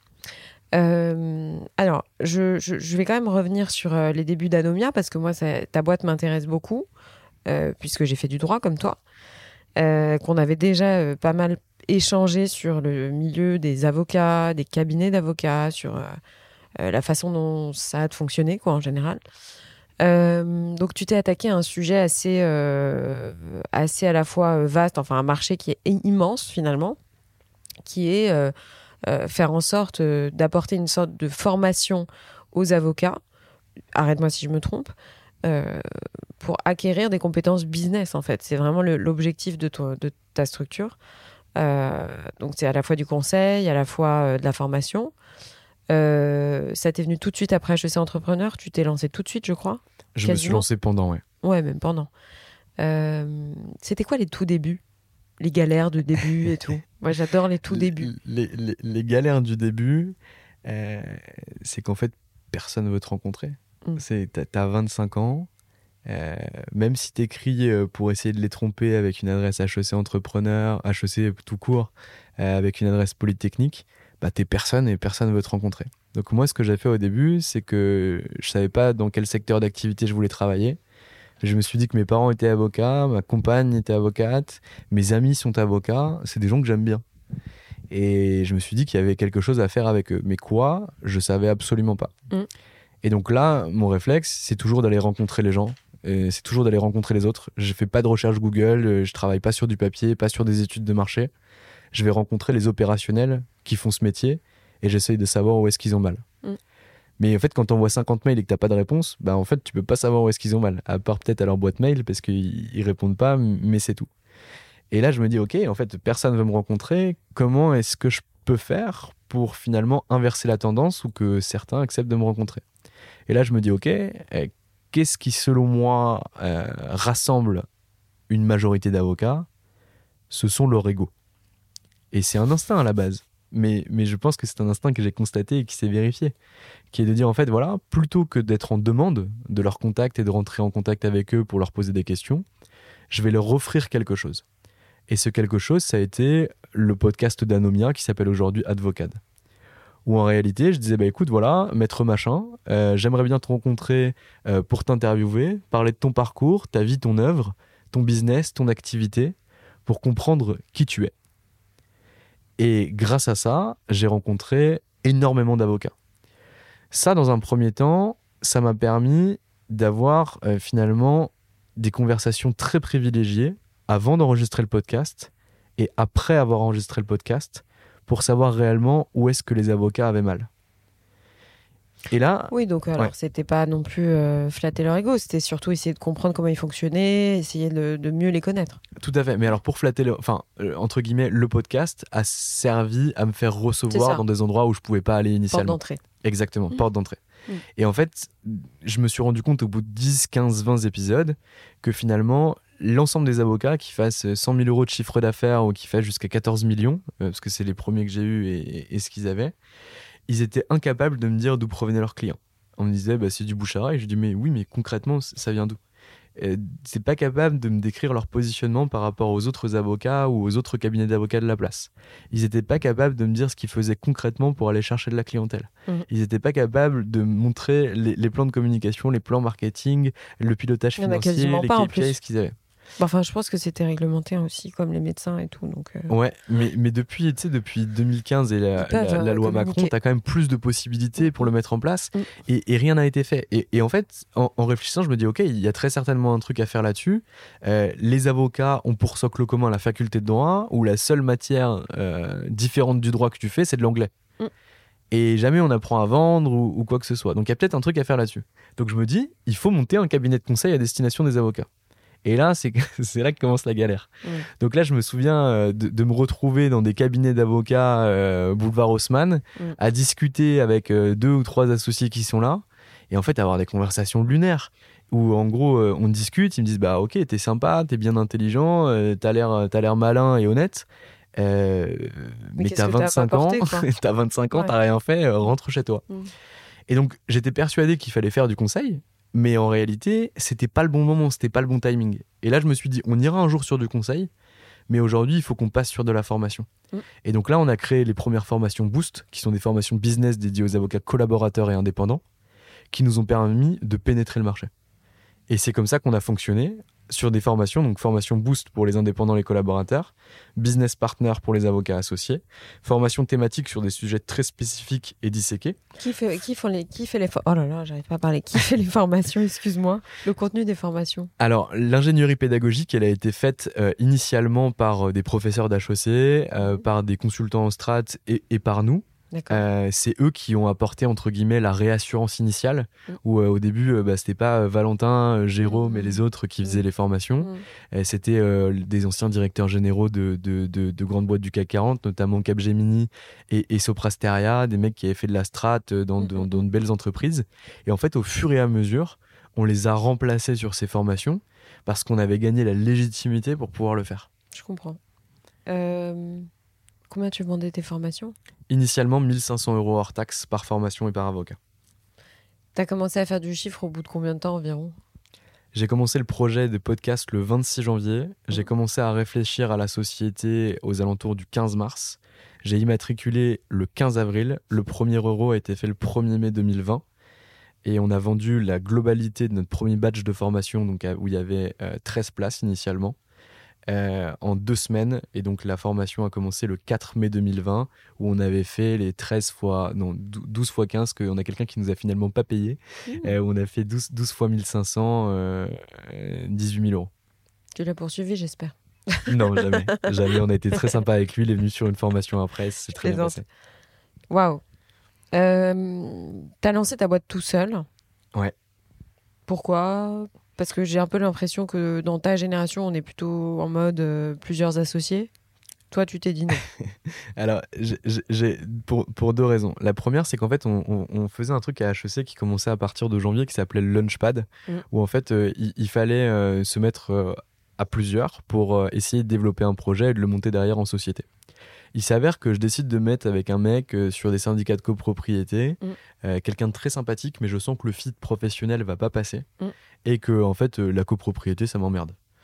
Alors, je vais quand même revenir sur les débuts d'Anomia parce que moi, ta boîte m'intéresse beaucoup puisque j'ai fait du droit comme toi, qu'on avait déjà pas mal échangé sur le milieu des avocats, des cabinets d'avocats, sur la façon dont ça a fonctionné, quoi, en général. Donc, tu t'es attaqué à un sujet assez à la fois vaste, enfin un marché qui est immense finalement, qui est faire en sorte d'apporter une sorte de formation aux avocats, arrête-moi si je me trompe, pour acquérir des compétences business, en fait. C'est vraiment l'objectif de ta structure. Donc, c'est à la fois du conseil, à la fois de la formation. Ça t'est venu tout de suite après HEC Entrepreneur ? Tu t'es lancé tout de suite, je crois ? Je me suis lancé pendant, ouais. Ouais, même pendant. C'était quoi les tout débuts ? Les galères de début et tout. Moi, j'adore les tout débuts. Les galères du début, c'est qu'en fait, personne ne veut te rencontrer. T'as 25 ans, même si t'écris pour essayer de les tromper avec une adresse HEC Entrepreneur, HEC tout court, avec une adresse Polytechnique, bah, t'es personne et personne ne veut te rencontrer. Donc moi, ce que j'ai fait au début, c'est que je savais pas dans quel secteur d'activité je voulais travailler. Je me suis dit que mes parents étaient avocats, ma compagne était avocate, mes amis sont avocats, c'est des gens que j'aime bien. Et je me suis dit qu'il y avait quelque chose à faire avec eux. Mais quoi ? Je savais absolument pas. Et donc là, mon réflexe, c'est toujours d'aller rencontrer les gens. Et c'est toujours d'aller rencontrer les autres. Je fais pas de recherche Google, je travaille pas sur du papier, pas sur des études de marché. Je vais rencontrer les opérationnels qui font ce métier et j'essaye de savoir où est-ce qu'ils ont mal. Mais en fait, quand t'envoies 50 mails et que t'as pas de réponse, bah en fait, tu peux pas savoir où est-ce qu'ils ont mal. À part peut-être à leur boîte mail parce qu'ils répondent pas, mais c'est tout. Et là, je me dis, ok, en fait, personne veut me rencontrer. Comment est-ce que je peux faire pour finalement inverser la tendance ou que certains acceptent de me rencontrer ? Et là, je me dis, ok, qu'est-ce qui, selon moi, rassemble une majorité d'avocats ? Ce sont leurs égos. Et c'est un instinct à la base. Mais je pense que c'est un instinct que j'ai constaté et qui s'est vérifié. Qui est de dire, en fait, voilà, plutôt que d'être en demande de leur contact et de rentrer en contact avec eux pour leur poser des questions, je vais leur offrir quelque chose. Et ce quelque chose, ça a été le podcast d'Anomia qui s'appelle aujourd'hui Advocade. Où en réalité, je disais, écoute, voilà, maître machin, j'aimerais bien te rencontrer pour t'interviewer, parler de ton parcours, ta vie, ton œuvre, ton business, ton activité, pour comprendre qui tu es. Et grâce à ça, j'ai rencontré énormément d'avocats. Ça, dans un premier temps, ça m'a permis d'avoir finalement des conversations très privilégiées avant d'enregistrer le podcast et après avoir enregistré le podcast pour savoir réellement où est-ce que les avocats avaient mal. Et là... Oui, donc alors c'était pas non plus flatter leur ego, c'était surtout essayer de comprendre comment ils fonctionnaient, essayer de mieux les connaître. Tout à fait, mais alors pour flatter, entre guillemets, le podcast a servi à me faire recevoir dans des endroits où je pouvais pas aller initialement. Porte d'entrée. Exactement, porte d'entrée. Et en fait, je me suis rendu compte au bout de 10, 15, 20 épisodes que finalement, l'ensemble des avocats qui fassent 100 000 euros de chiffre d'affaires ou qui fassent jusqu'à 14 millions, parce que c'est les premiers que j'ai eus et ce qu'ils avaient, ils étaient incapables de me dire d'où provenaient leurs clients. On me disait, c'est du bouche-à-oreille. Je dis, mais oui, mais concrètement, ça vient d'où ? C'est pas capable de me décrire leur positionnement par rapport aux autres avocats ou aux autres cabinets d'avocats de la place. Ils étaient pas capables de me dire ce qu'ils faisaient concrètement pour aller chercher de la clientèle. Ils étaient pas capables de me montrer les plans de communication, les plans marketing, le pilotage financier, les KPIs qu'ils avaient. Enfin, je pense que c'était réglementé aussi, comme les médecins et tout. Donc, Ouais, mais depuis 2015 et la loi Macron, t'as quand même plus de possibilités pour le mettre en place et rien n'a été fait. Et en fait, en réfléchissant, je me dis, ok, il y a très certainement un truc à faire là-dessus. Les avocats ont pour socle commun la faculté de droit où la seule matière différente du droit que tu fais, c'est de l'anglais. Et jamais on apprend à vendre ou quoi que ce soit. Donc il y a peut-être un truc à faire là-dessus. Donc je me dis, il faut monter un cabinet de conseil à destination des avocats. Et là, c'est là que commence la galère. Donc là, je me souviens de me retrouver dans des cabinets d'avocats boulevard Haussmann à discuter avec 2 ou 3 associés qui sont là et en fait avoir des conversations lunaires où en gros on discute, ils me disent ok, t'es sympa, t'es bien intelligent, t'as l'air malin et honnête, mais t'as 25 ans, t'as rien fait, rentre chez toi. Et donc j'étais persuadé qu'il fallait faire du conseil. Mais en réalité, c'était pas le bon moment, c'était pas le bon timing. Et là, je me suis dit, on ira un jour sur du conseil, mais aujourd'hui, il faut qu'on passe sur de la formation. Et donc là, on a créé les premières formations Boost, qui sont des formations business dédiées aux avocats collaborateurs et indépendants, qui nous ont permis de pénétrer le marché. Et c'est comme ça qu'on a fonctionné sur des formations, donc formation Boost pour les indépendants, les collaborateurs, Business Partner pour les avocats associés, formation thématique sur des sujets très spécifiques et disséqués. Qui fait les oh là là, j'arrive pas à parler. Qui fait les formations, excuse-moi, le contenu des formations? Alors, l'ingénierie pédagogique, elle a été faite initialement par des professeurs d'HEC, par des consultants en strat et par nous. C'est eux qui ont apporté entre guillemets la réassurance initiale où au début c'était pas Valentin, Jérôme et les autres qui faisaient les formations, c'était des anciens directeurs généraux de grandes boîtes du CAC 40, notamment Capgemini et Soprasteria, des mecs qui avaient fait de la strat dans de belles entreprises. Et en fait, au fur et à mesure, on les a remplacés sur ces formations parce qu'on avait gagné la légitimité pour pouvoir le faire. Je comprends. Combien tu vendais tes formations ? Initialement, 1 500 € hors taxes par formation et par avocat. T'as commencé à faire du chiffre au bout de combien de temps environ ? J'ai commencé le projet de podcast le 26 janvier. J'ai commencé à réfléchir à la société aux alentours du 15 mars. J'ai immatriculé le 15 avril. Le premier euro a été fait le 1er mai 2020. Et on a vendu la globalité de notre premier batch de formation, donc où il y avait 13 places initialement. En 2 semaines, et donc la formation a commencé le 4 mai 2020 où on avait fait les 12 fois 15, qu'on a quelqu'un qui nous a finalement pas payé, où on a fait 12 fois 1500, 18 000 €. Tu l'as poursuivi, j'espère. Non, jamais, on a été très sympa avec lui, il est venu sur une formation après, c'est très bien passé. Waouh. T'as lancé ta boîte tout seul. Ouais. Pourquoi ? Parce que j'ai un peu l'impression que dans ta génération, on est plutôt en mode plusieurs associés. Toi, tu t'es dit non. Alors, pour 2 raisons. La première, c'est qu'en fait, on faisait un truc à HEC qui commençait à partir de janvier, qui s'appelait le Launchpad, où en fait, il fallait se mettre à plusieurs pour essayer de développer un projet et de le monter derrière en société. Il s'avère que je décide de mettre avec un mec sur des syndicats de copropriété, quelqu'un de très sympathique, mais je sens que le fit professionnel va pas passer et que en fait la copropriété ça m'emmerde.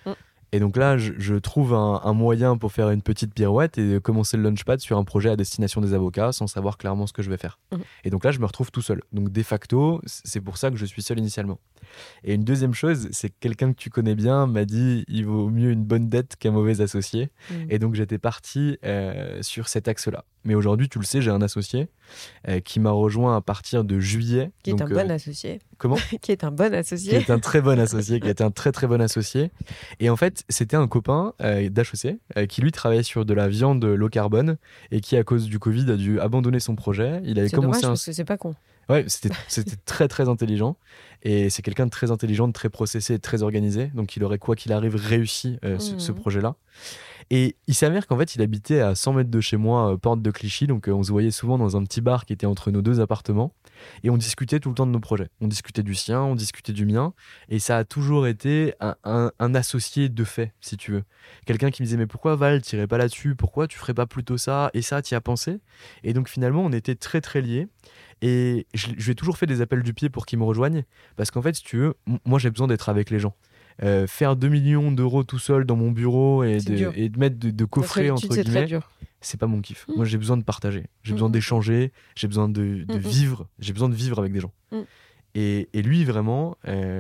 Et donc là, je trouve un moyen pour faire une petite pirouette et commencer le Launchpad sur un projet à destination des avocats sans savoir clairement ce que je vais faire. Et donc là, je me retrouve tout seul. Donc de facto, c'est pour ça que je suis seul initialement. Et une deuxième chose, c'est que quelqu'un que tu connais bien m'a dit il vaut mieux une bonne dette qu'un mauvais associé. Et donc j'étais parti sur cet axe-là. Mais aujourd'hui, tu le sais, j'ai un associé qui m'a rejoint à partir de juillet. Qui est un bon associé. Comment ? Qui est un bon associé. Qui est un très bon associé, qui est un très très bon associé. Et en fait, c'était un copain d'HEC qui lui travaillait sur de la viande low carbone et qui, à cause du Covid, a dû abandonner son projet. Il avait c'est commencé dommage parce que c'est pas con. Ouais, c'était très très intelligent. Et c'est quelqu'un de très intelligent, de très processé, de très organisé. Donc il aurait, quoi qu'il arrive, réussi ce projet-là. Et il s'avère qu'en fait, il habitait à 100 mètres de chez moi, porte de Clichy. Donc on se voyait souvent dans un petit bar qui était entre nos deux appartements. Et on discutait tout le temps de nos projets. On discutait du sien, on discutait du mien. Et ça a toujours été un associé de fait, si tu veux. Quelqu'un qui me disait, mais pourquoi Val, t'irais pas là-dessus ? Pourquoi tu ferais pas plutôt ça ? Et ça, t'y as pensé ? Et donc finalement, on était très très liés. Et je lui ai toujours fait des appels du pied pour qu'il me rejoigne. Parce qu'en fait, si tu veux, moi j'ai besoin d'être avec les gens. Faire 2 millions d'euros tout seul dans mon bureau et de mettre de coffrer entre guillemets, c'est pas mon kiff. Moi j'ai besoin de partager, j'ai besoin d'échanger, j'ai besoin de vivre, j'ai besoin de vivre avec des gens. Et lui vraiment,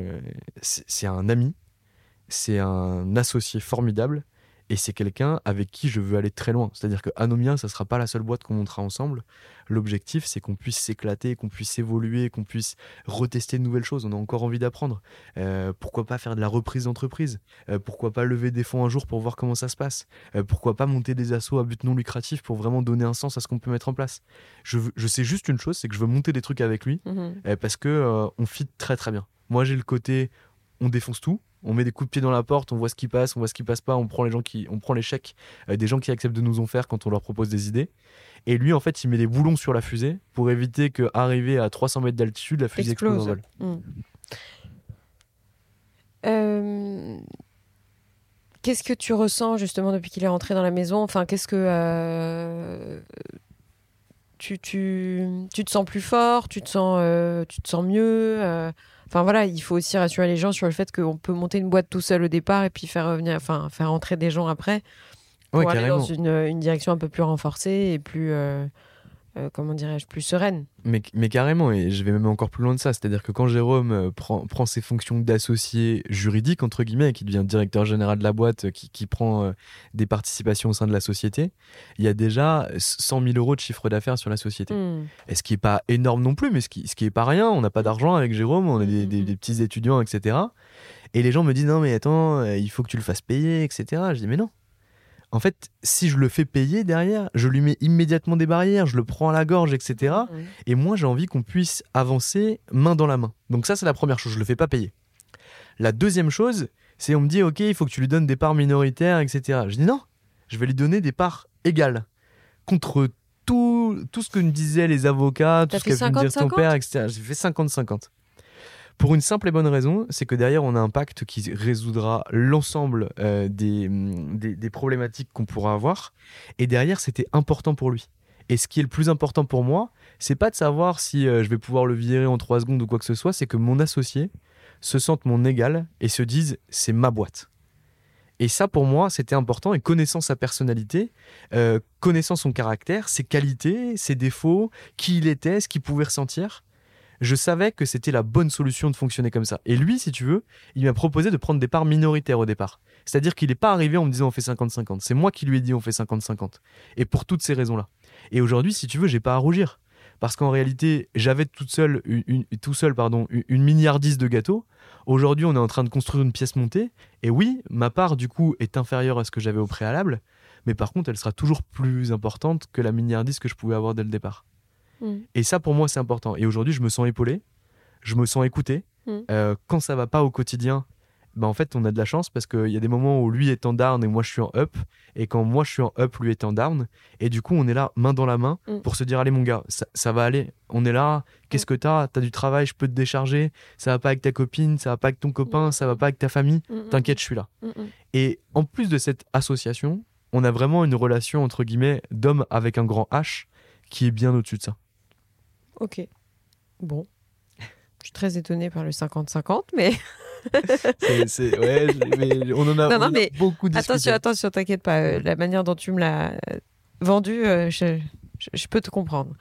c'est un ami, c'est un associé formidable. Et c'est quelqu'un avec qui je veux aller très loin. C'est-à-dire que Anomia, ça ne sera pas la seule boîte qu'on montera ensemble. L'objectif, c'est qu'on puisse s'éclater, qu'on puisse évoluer, qu'on puisse retester de nouvelles choses. On a encore envie d'apprendre. Pourquoi pas faire de la reprise d'entreprise ? Pourquoi pas lever des fonds un jour pour voir comment ça se passe ? Pourquoi pas monter des assos à but non lucratif pour vraiment donner un sens à ce qu'on peut mettre en place ? Je sais juste une chose, c'est que je veux monter des trucs avec lui parce qu'on fit très très bien. Moi, j'ai le côté, on défonce tout. On met des coups de pied dans la porte, on voit ce qui passe, on voit ce qui passe pas, on prend les chèques des gens qui acceptent de nous en faire quand on leur propose des idées. Et lui, en fait, il met des boulons sur la fusée pour éviter qu'arrivé à 300 mètres d'altitude, la fusée explose en vol. Qu'est-ce que tu ressens justement depuis qu'il est rentré dans la maison ? Enfin, qu'est-ce que tu te sens plus fort ? Tu te sens mieux Enfin voilà, il faut aussi rassurer les gens sur le fait qu'on peut monter une boîte tout seul au départ et puis faire rentrer des gens après pour aller dans une direction un peu plus renforcée et plus, plus sereine. Mais carrément, et je vais même encore plus loin de ça. C'est-à-dire que quand Jérôme prend ses fonctions d'associé juridique, entre guillemets, qui devient directeur général de la boîte, qui prend des participations au sein de la société, il y a déjà 100 000 € de chiffre d'affaires sur la société. Et ce qui n'est pas énorme non plus, mais ce qui est pas rien. On n'a pas d'argent avec Jérôme, on est des petits étudiants, etc. Et les gens me disent, non mais attends, il faut que tu le fasses payer, etc. Je dis, mais non. En fait, si je le fais payer derrière, je lui mets immédiatement des barrières, je le prends à la gorge, etc. Et moi, j'ai envie qu'on puisse avancer main dans la main. Donc ça, c'est la première chose, je le fais pas payer. La deuxième chose, c'est on me dit, ok, il faut que tu lui donnes des parts minoritaires, etc. Je dis non, je vais lui donner des parts égales. Contre tout ce que me disaient les avocats, tout ce qu'a pu me dire ton père, etc. J'ai fait 50-50. Pour une simple et bonne raison, c'est que derrière, on a un pacte qui résoudra l'ensemble des problématiques qu'on pourra avoir. Et derrière, c'était important pour lui. Et ce qui est le plus important pour moi, c'est pas de savoir si je vais pouvoir le virer en 3 secondes ou quoi que ce soit, c'est que mon associé se sente mon égal et se dise « c'est ma boîte ». Et ça, pour moi, c'était important. Et connaissant sa personnalité, connaissant son caractère, ses qualités, ses défauts, qui il était, ce qu'il pouvait ressentir, je savais que c'était la bonne solution de fonctionner comme ça. Et lui, si tu veux, il m'a proposé de prendre des parts minoritaires au départ. C'est-à-dire qu'il n'est pas arrivé en me disant on fait 50-50. C'est moi qui lui ai dit on fait 50-50. Et pour toutes ces raisons-là. Et aujourd'hui, si tu veux, j'ai pas à rougir. Parce qu'en réalité, j'avais tout seul une milliardise de gâteaux. Aujourd'hui, on est en train de construire une pièce montée. Et oui, ma part, du coup, est inférieure à ce que j'avais au préalable. Mais par contre, elle sera toujours plus importante que la milliardise que je pouvais avoir dès le départ. Et ça, pour moi, c'est important. Et aujourd'hui, je me sens épaulé, je me sens écouté. Quand ça va pas au quotidien, en fait, on a de la chance parce qu'il y a des moments où lui est en down et moi, je suis en up. Et quand moi, je suis en up, lui est en down. Et du coup, on est là, main dans la main, pour se dire, allez, mon gars, ça va aller. On est là, qu'est-ce que t'as du travail, je peux te décharger. Ça va pas avec ta copine, ça va pas avec ton copain, ça va pas avec ta famille. T'inquiète, je suis là. Et en plus de cette association, on a vraiment une relation, entre guillemets, d'homme avec un grand H qui est bien au-dessus de ça. Ok. Bon. Je suis très étonnée par le 50-50, mais... Mais on en a, Non, mais beaucoup discuté. Attention, t'inquiète pas. La manière dont tu me l'as vendu, je peux te comprendre.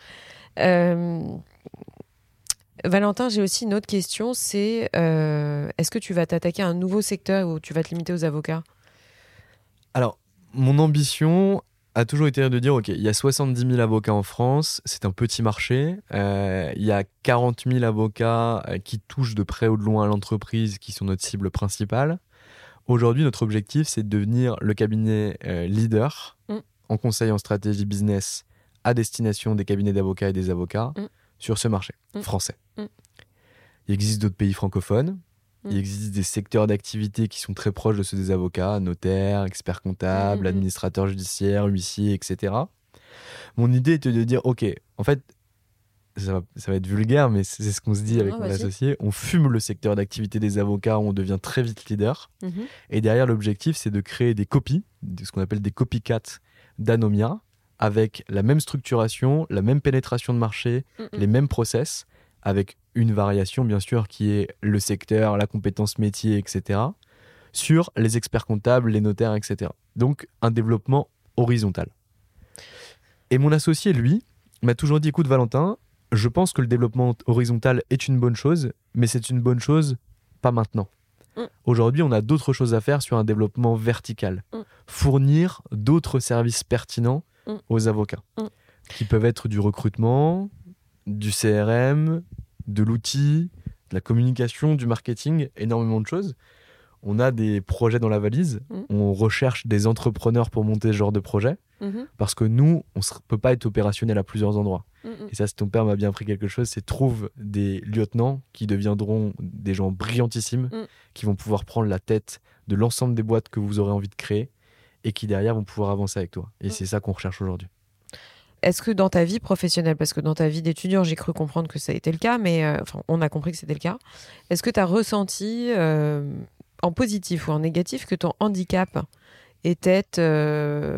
Valentin, j'ai aussi une autre question, c'est est-ce que tu vas t'attaquer à un nouveau secteur ou tu vas te limiter aux avocats ? Alors, mon ambition a toujours été de dire, ok, il y a 70 000 avocats en France, c'est un petit marché, il y a 40 000 avocats qui touchent de près ou de loin à l'entreprise, qui sont notre cible principale. Aujourd'hui, notre objectif, c'est de devenir le cabinet leader en conseil en stratégie business à destination des cabinets d'avocats et des avocats sur ce marché français. Il existe d'autres pays francophones. Il existe des secteurs d'activité qui sont très proches de ceux des avocats, notaires, experts comptables, administrateurs judiciaires, huissiers, etc. Mon idée était de dire, ok, en fait, ça va être vulgaire, mais c'est ce qu'on se dit avec mon associé. On fume le secteur d'activité des avocats, on devient très vite leader. Et derrière, l'objectif, c'est de créer des copies, ce qu'on appelle des copycats d'Anomia, avec la même structuration, la même pénétration de marché, les mêmes process, avec une variation, bien sûr, qui est le secteur, la compétence métier, etc., sur les experts comptables, les notaires, etc. Donc, un développement horizontal. Et mon associé, lui, m'a toujours dit, écoute, Valentin, je pense que le développement horizontal est une bonne chose, mais c'est une bonne chose pas maintenant. Aujourd'hui, on a d'autres choses à faire sur un développement vertical. Fournir d'autres services pertinents aux avocats, qui peuvent être du recrutement, du CRM, de l'outil, de la communication, du marketing, énormément de choses. On a des projets dans la valise, on recherche des entrepreneurs pour monter ce genre de projet, parce que nous, on ne peut pas être opérationnel à plusieurs endroits. Et ça, si ton père m'a bien appris quelque chose, c'est trouve des lieutenants qui deviendront des gens brillantissimes, qui vont pouvoir prendre la tête de l'ensemble des boîtes que vous aurez envie de créer, et qui derrière vont pouvoir avancer avec toi. Et c'est ça qu'on recherche aujourd'hui. Est-ce que dans ta vie professionnelle, parce que dans ta vie d'étudiant, j'ai cru comprendre que ça a été le cas, mais on a compris que c'était le cas, est-ce que tu as ressenti, en positif ou en négatif, que ton handicap était présent ?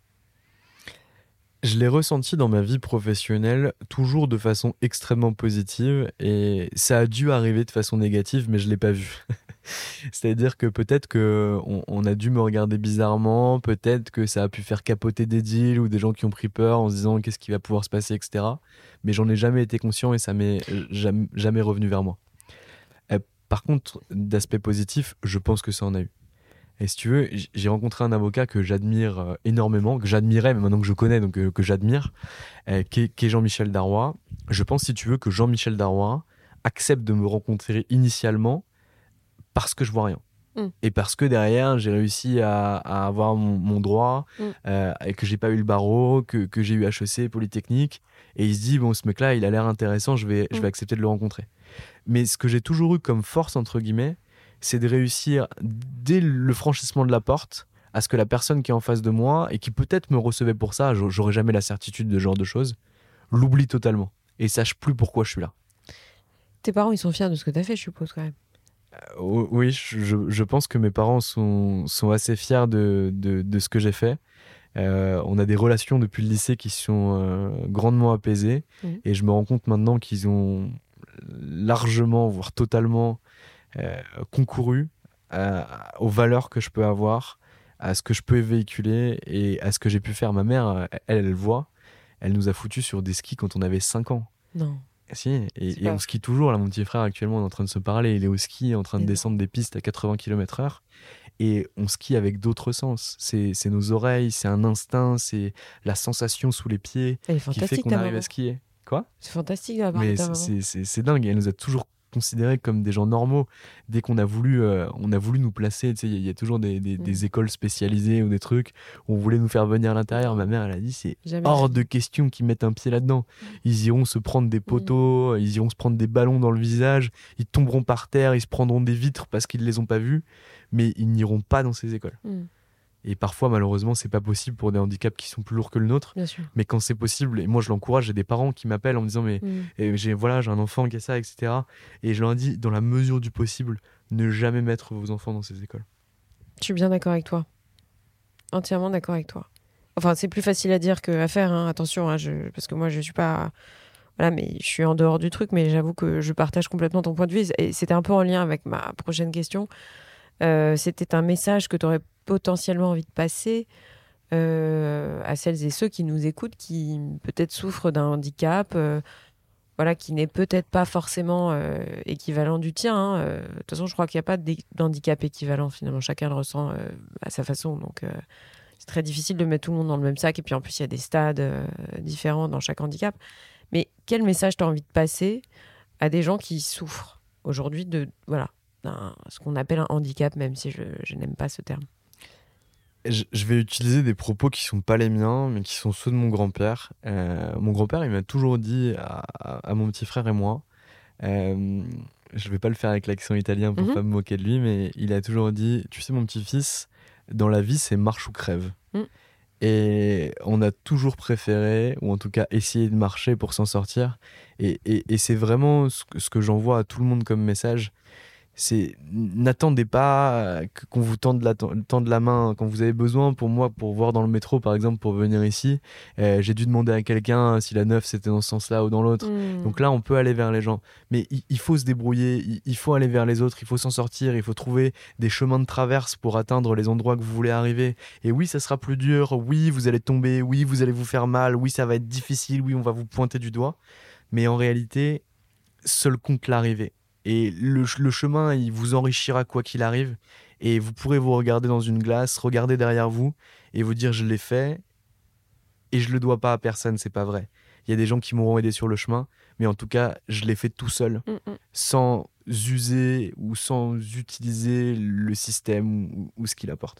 Je l'ai ressenti dans ma vie professionnelle toujours de façon extrêmement positive, et ça a dû arriver de façon négative, mais je ne l'ai pas vu. C'est-à-dire que peut-être qu'on a dû me regarder bizarrement, peut-être que ça a pu faire capoter des deals ou des gens qui ont pris peur en se disant qu'est-ce qui va pouvoir se passer, etc. Mais j'en ai jamais été conscient et ça m'est jamais revenu vers moi. Par contre, d'aspect positif, je pense que ça en a eu. Et si tu veux, j'ai rencontré un avocat que j'admire énormément, que j'admirais, mais maintenant que je connais, donc que j'admire, qui est Jean-Michel Darrois. Je pense, si tu veux, que Jean-Michel Darrois accepte de me rencontrer initialement parce que je vois rien. Et parce que derrière, j'ai réussi à avoir mon droit, et que j'ai pas eu le barreau, que j'ai eu HEC, Polytechnique. Et il se dit, bon, ce mec-là, il a l'air intéressant, je vais accepter de le rencontrer. Mais ce que j'ai toujours eu comme force, entre guillemets, c'est de réussir, dès le franchissement de la porte, à ce que la personne qui est en face de moi, et qui peut-être me recevait pour ça, j'aurais jamais la certitude de ce genre de choses, l'oublie totalement. Et sache plus pourquoi je suis là. Tes parents, ils sont fiers de ce que tu as fait, je suppose, quand même. Oui, je pense que mes parents sont assez fiers de ce que j'ai fait. On a des relations depuis le lycée qui sont grandement apaisées. Et je me rends compte maintenant qu'ils ont largement, voire totalement concouru aux valeurs que je peux avoir, à ce que je peux véhiculer et à ce que j'ai pu faire. Ma mère, elle voit, elle nous a foutus sur des skis quand on avait 5 ans. Non. Si, et on skie toujours. Là, mon petit frère, actuellement, on est en train de se parler. Il est au ski, en train de descendre des pistes à 80 km/h. Et on skie avec d'autres sens. C'est nos oreilles, c'est un instinct, c'est la sensation sous les pieds qui fait qu'on arrive à skier. Quoi ? C'est fantastique là-bas. Mais c'est dingue. Elle nous a toujours considérés comme des gens normaux. Dès qu'on a voulu nous placer, tu sais, il y a toujours des écoles spécialisées ou des trucs où on voulait nous faire venir à l'intérieur. Ma mère, elle a dit, c'est hors de question qu'ils mettent un pied là-dedans. Ils iront se prendre des poteaux, ils iront se prendre des ballons dans le visage, ils tomberont par terre, ils se prendront des vitres parce qu'ils ne les ont pas vus, mais ils n'iront pas dans ces écoles. Et parfois, malheureusement, c'est pas possible pour des handicaps qui sont plus lourds que le nôtre. Bien sûr. Mais quand c'est possible, et moi je l'encourage, j'ai des parents qui m'appellent en me disant j'ai un enfant qui a ça, etc. Et je leur dis, dans la mesure du possible, ne jamais mettre vos enfants dans ces écoles. Je suis bien d'accord avec toi. Entièrement d'accord avec toi. Enfin, c'est plus facile à dire qu'à faire, hein. Attention, hein, parce que moi je suis pas Voilà, mais je suis en dehors du truc, mais j'avoue que je partage complètement ton point de vue. Et c'était un peu en lien avec ma prochaine question. C'était un message que tu aurais potentiellement envie de passer à celles et ceux qui nous écoutent, qui peut-être souffrent d'un handicap, voilà, qui n'est peut-être pas forcément équivalent du tien. Hein. De toute façon, je crois qu'il n'y a pas d'handicap équivalent, finalement. Chacun le ressent à sa façon. Donc, c'est très difficile de mettre tout le monde dans le même sac. Et puis, en plus, il y a des stades différents dans chaque handicap. Mais quel message tu as envie de passer à des gens qui souffrent aujourd'hui de ce qu'on appelle un handicap, même si je n'aime pas ce terme? Je vais utiliser des propos qui sont pas les miens, mais qui sont ceux de mon grand-père. Mon grand-père, il m'a toujours dit à mon petit frère et moi, je vais pas le faire avec l'accent italien pour pas me moquer de lui, mais il a toujours dit, tu sais mon petit-fils, dans la vie c'est marche ou crève. Et on a toujours préféré, ou en tout cas essayé de marcher pour s'en sortir. Et c'est vraiment ce que j'envoie à tout le monde comme message. C'est n'attendez pas qu'on vous tende la main quand vous avez besoin. Pour moi, pour voir dans le métro par exemple, pour venir ici, j'ai dû demander à quelqu'un si la 9 c'était dans ce sens-là ou dans l'autre. Donc là on peut aller vers les gens, mais il faut se débrouiller, il faut aller vers les autres, il faut s'en sortir, il faut trouver des chemins de traverse pour atteindre les endroits que vous voulez arriver. Et oui, ça sera plus dur, oui vous allez tomber, oui vous allez vous faire mal, oui ça va être difficile, oui on va vous pointer du doigt, mais en réalité seul compte l'arrivée. Et le chemin, il vous enrichira quoi qu'il arrive. Et vous pourrez vous regarder dans une glace, regarder derrière vous et vous dire je l'ai fait et je le dois pas à personne, c'est pas vrai. Il y a des gens qui m'auront aidé sur le chemin, mais en tout cas, je l'ai fait tout seul, sans user ou sans utiliser le système ou ce qu'il apporte.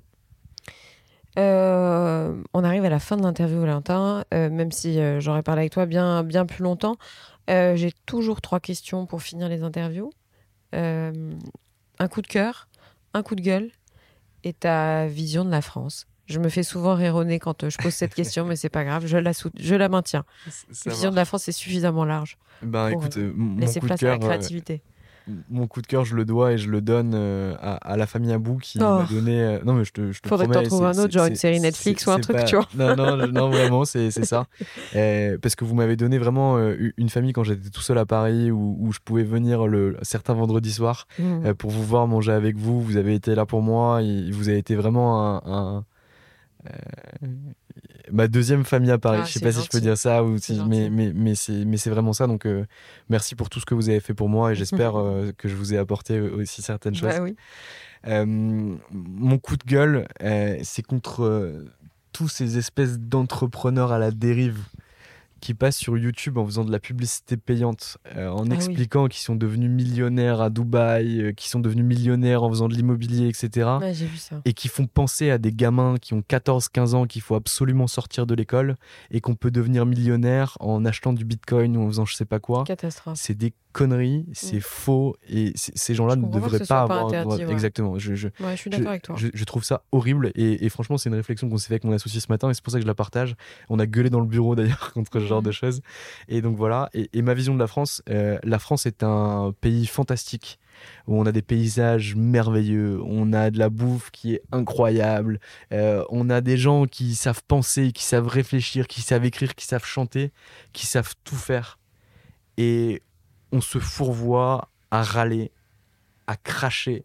On arrive à la fin de l'interview, Valentin, même si j'aurais parlé avec toi bien plus longtemps. J'ai toujours 3 questions pour finir les interviews. Un coup de cœur, un coup de gueule et ta vision de la France. Je me fais souvent rironner quand je pose cette question, mais c'est pas grave, je la maintiens. La vision de la France est suffisamment large. Écoute, mon laisser coup de place cœur, à la créativité. Mon coup de cœur, je le dois et je le donne à la famille Abou qui m'a donné. Non, mais je te faudrait promets. que t'en trouves un autre, genre une série Netflix ou un truc, tu vois. Non, vraiment, c'est ça. Parce que vous m'avez donné vraiment une famille quand j'étais tout seul à Paris où je pouvais venir certains vendredis soirs pour vous voir manger avec vous. Vous avez été là pour moi. Vous avez été vraiment ma deuxième famille à Paris. Je sais pas si je peux dire ça ou si, mais c'est vraiment ça. Donc merci pour tout ce que vous avez fait pour moi et j'espère que je vous ai apporté aussi certaines choses. Bah oui. Mon coup de gueule, c'est contre tous ces espèces d'entrepreneurs à la dérive qui passent sur YouTube en faisant de la publicité payante, en expliquant qu'ils sont devenus millionnaires à Dubaï, qu'ils sont devenus millionnaires en faisant de l'immobilier, etc. Ouais, j'ai vu ça. Et qui font penser à des gamins qui ont 14-15 ans qu'il faut absolument sortir de l'école et qu'on peut devenir millionnaire en achetant du bitcoin ou en faisant je sais pas quoi. Catastrophe. C'est des conneries, c'est faux et ces gens-là ne devraient pas avoir interdit, droit. Exactement. Je suis d'accord avec toi. Je trouve ça horrible et franchement c'est une réflexion qu'on s'est fait avec mon associé ce matin et c'est pour ça que je la partage. On a gueulé dans le bureau d'ailleurs contre ce genre de choses et donc voilà. Et ma vision de la France est un pays fantastique où on a des paysages merveilleux, on a de la bouffe qui est incroyable, on a des gens qui savent penser, qui savent réfléchir, qui savent écrire, qui savent chanter, qui savent tout faire et on se fourvoie à râler, à cracher,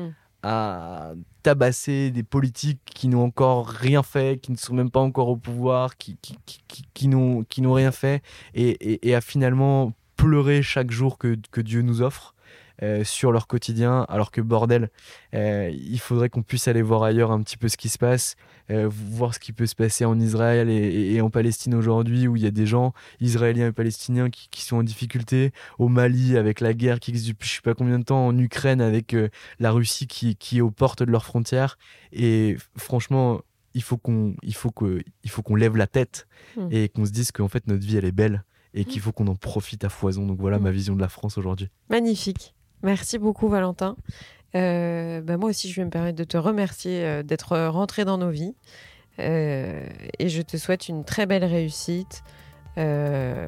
à tabasser des politiques qui n'ont encore rien fait, qui ne sont même pas encore au pouvoir, qui n'ont rien fait, et à finalement pleurer chaque jour que Dieu nous offre sur leur quotidien, alors que bordel, il faudrait qu'on puisse aller voir ailleurs un petit peu ce qui se passe, voir ce qui peut se passer en Israël et en Palestine aujourd'hui, où il y a des gens israéliens et palestiniens qui sont en difficulté, au Mali avec la guerre qui existe depuis je sais pas combien de temps, en Ukraine avec la Russie qui est aux portes de leurs frontières, et franchement il faut qu'on lève la tête et qu'on se dise qu'en fait notre vie elle est belle et qu'il faut qu'on en profite à foison. Donc voilà ma vision de la France aujourd'hui. Magnifique. Merci beaucoup Valentin. Moi aussi je vais me permettre de te remercier d'être rentré dans nos vies et je te souhaite une très belle réussite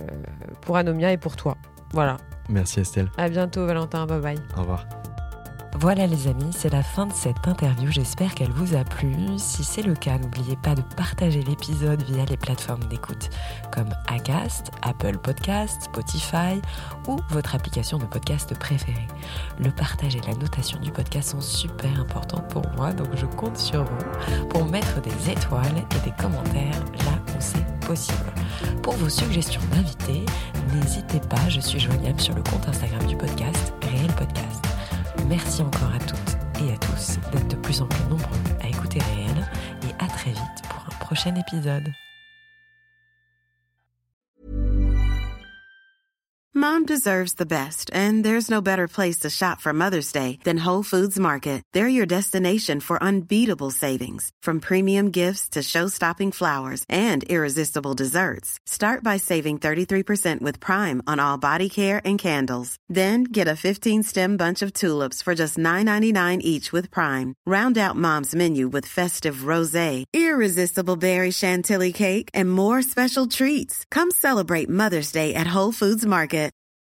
pour Anomia et pour toi. Voilà. Merci Estelle. À bientôt Valentin, bye bye. Au revoir. Voilà les amis, c'est la fin de cette interview, j'espère qu'elle vous a plu. Si c'est le cas, n'oubliez pas de partager l'épisode via les plateformes d'écoute comme Acast, Apple Podcast, Spotify ou votre application de podcast préférée. Le partage et la notation du podcast sont super importants pour moi, donc je compte sur vous pour mettre des étoiles et des commentaires là où c'est possible. Pour vos suggestions d'invités, n'hésitez pas, je suis joignable sur le compte Instagram du podcast, Réel Podcast. Merci encore à toutes et à tous d'être de plus en plus nombreux à écouter Réel et à très vite pour un prochain épisode. Mom deserves the best, and there's no better place to shop for Mother's Day than Whole Foods Market. They're your destination for unbeatable savings, from premium gifts to show-stopping flowers and irresistible desserts. Start by saving 33% with Prime on all body care and candles. Then get a 15-stem bunch of tulips for just $9.99 each with Prime. Round out Mom's menu with festive rosé, irresistible berry chantilly cake, and more special treats. Come celebrate Mother's Day at Whole Foods Market.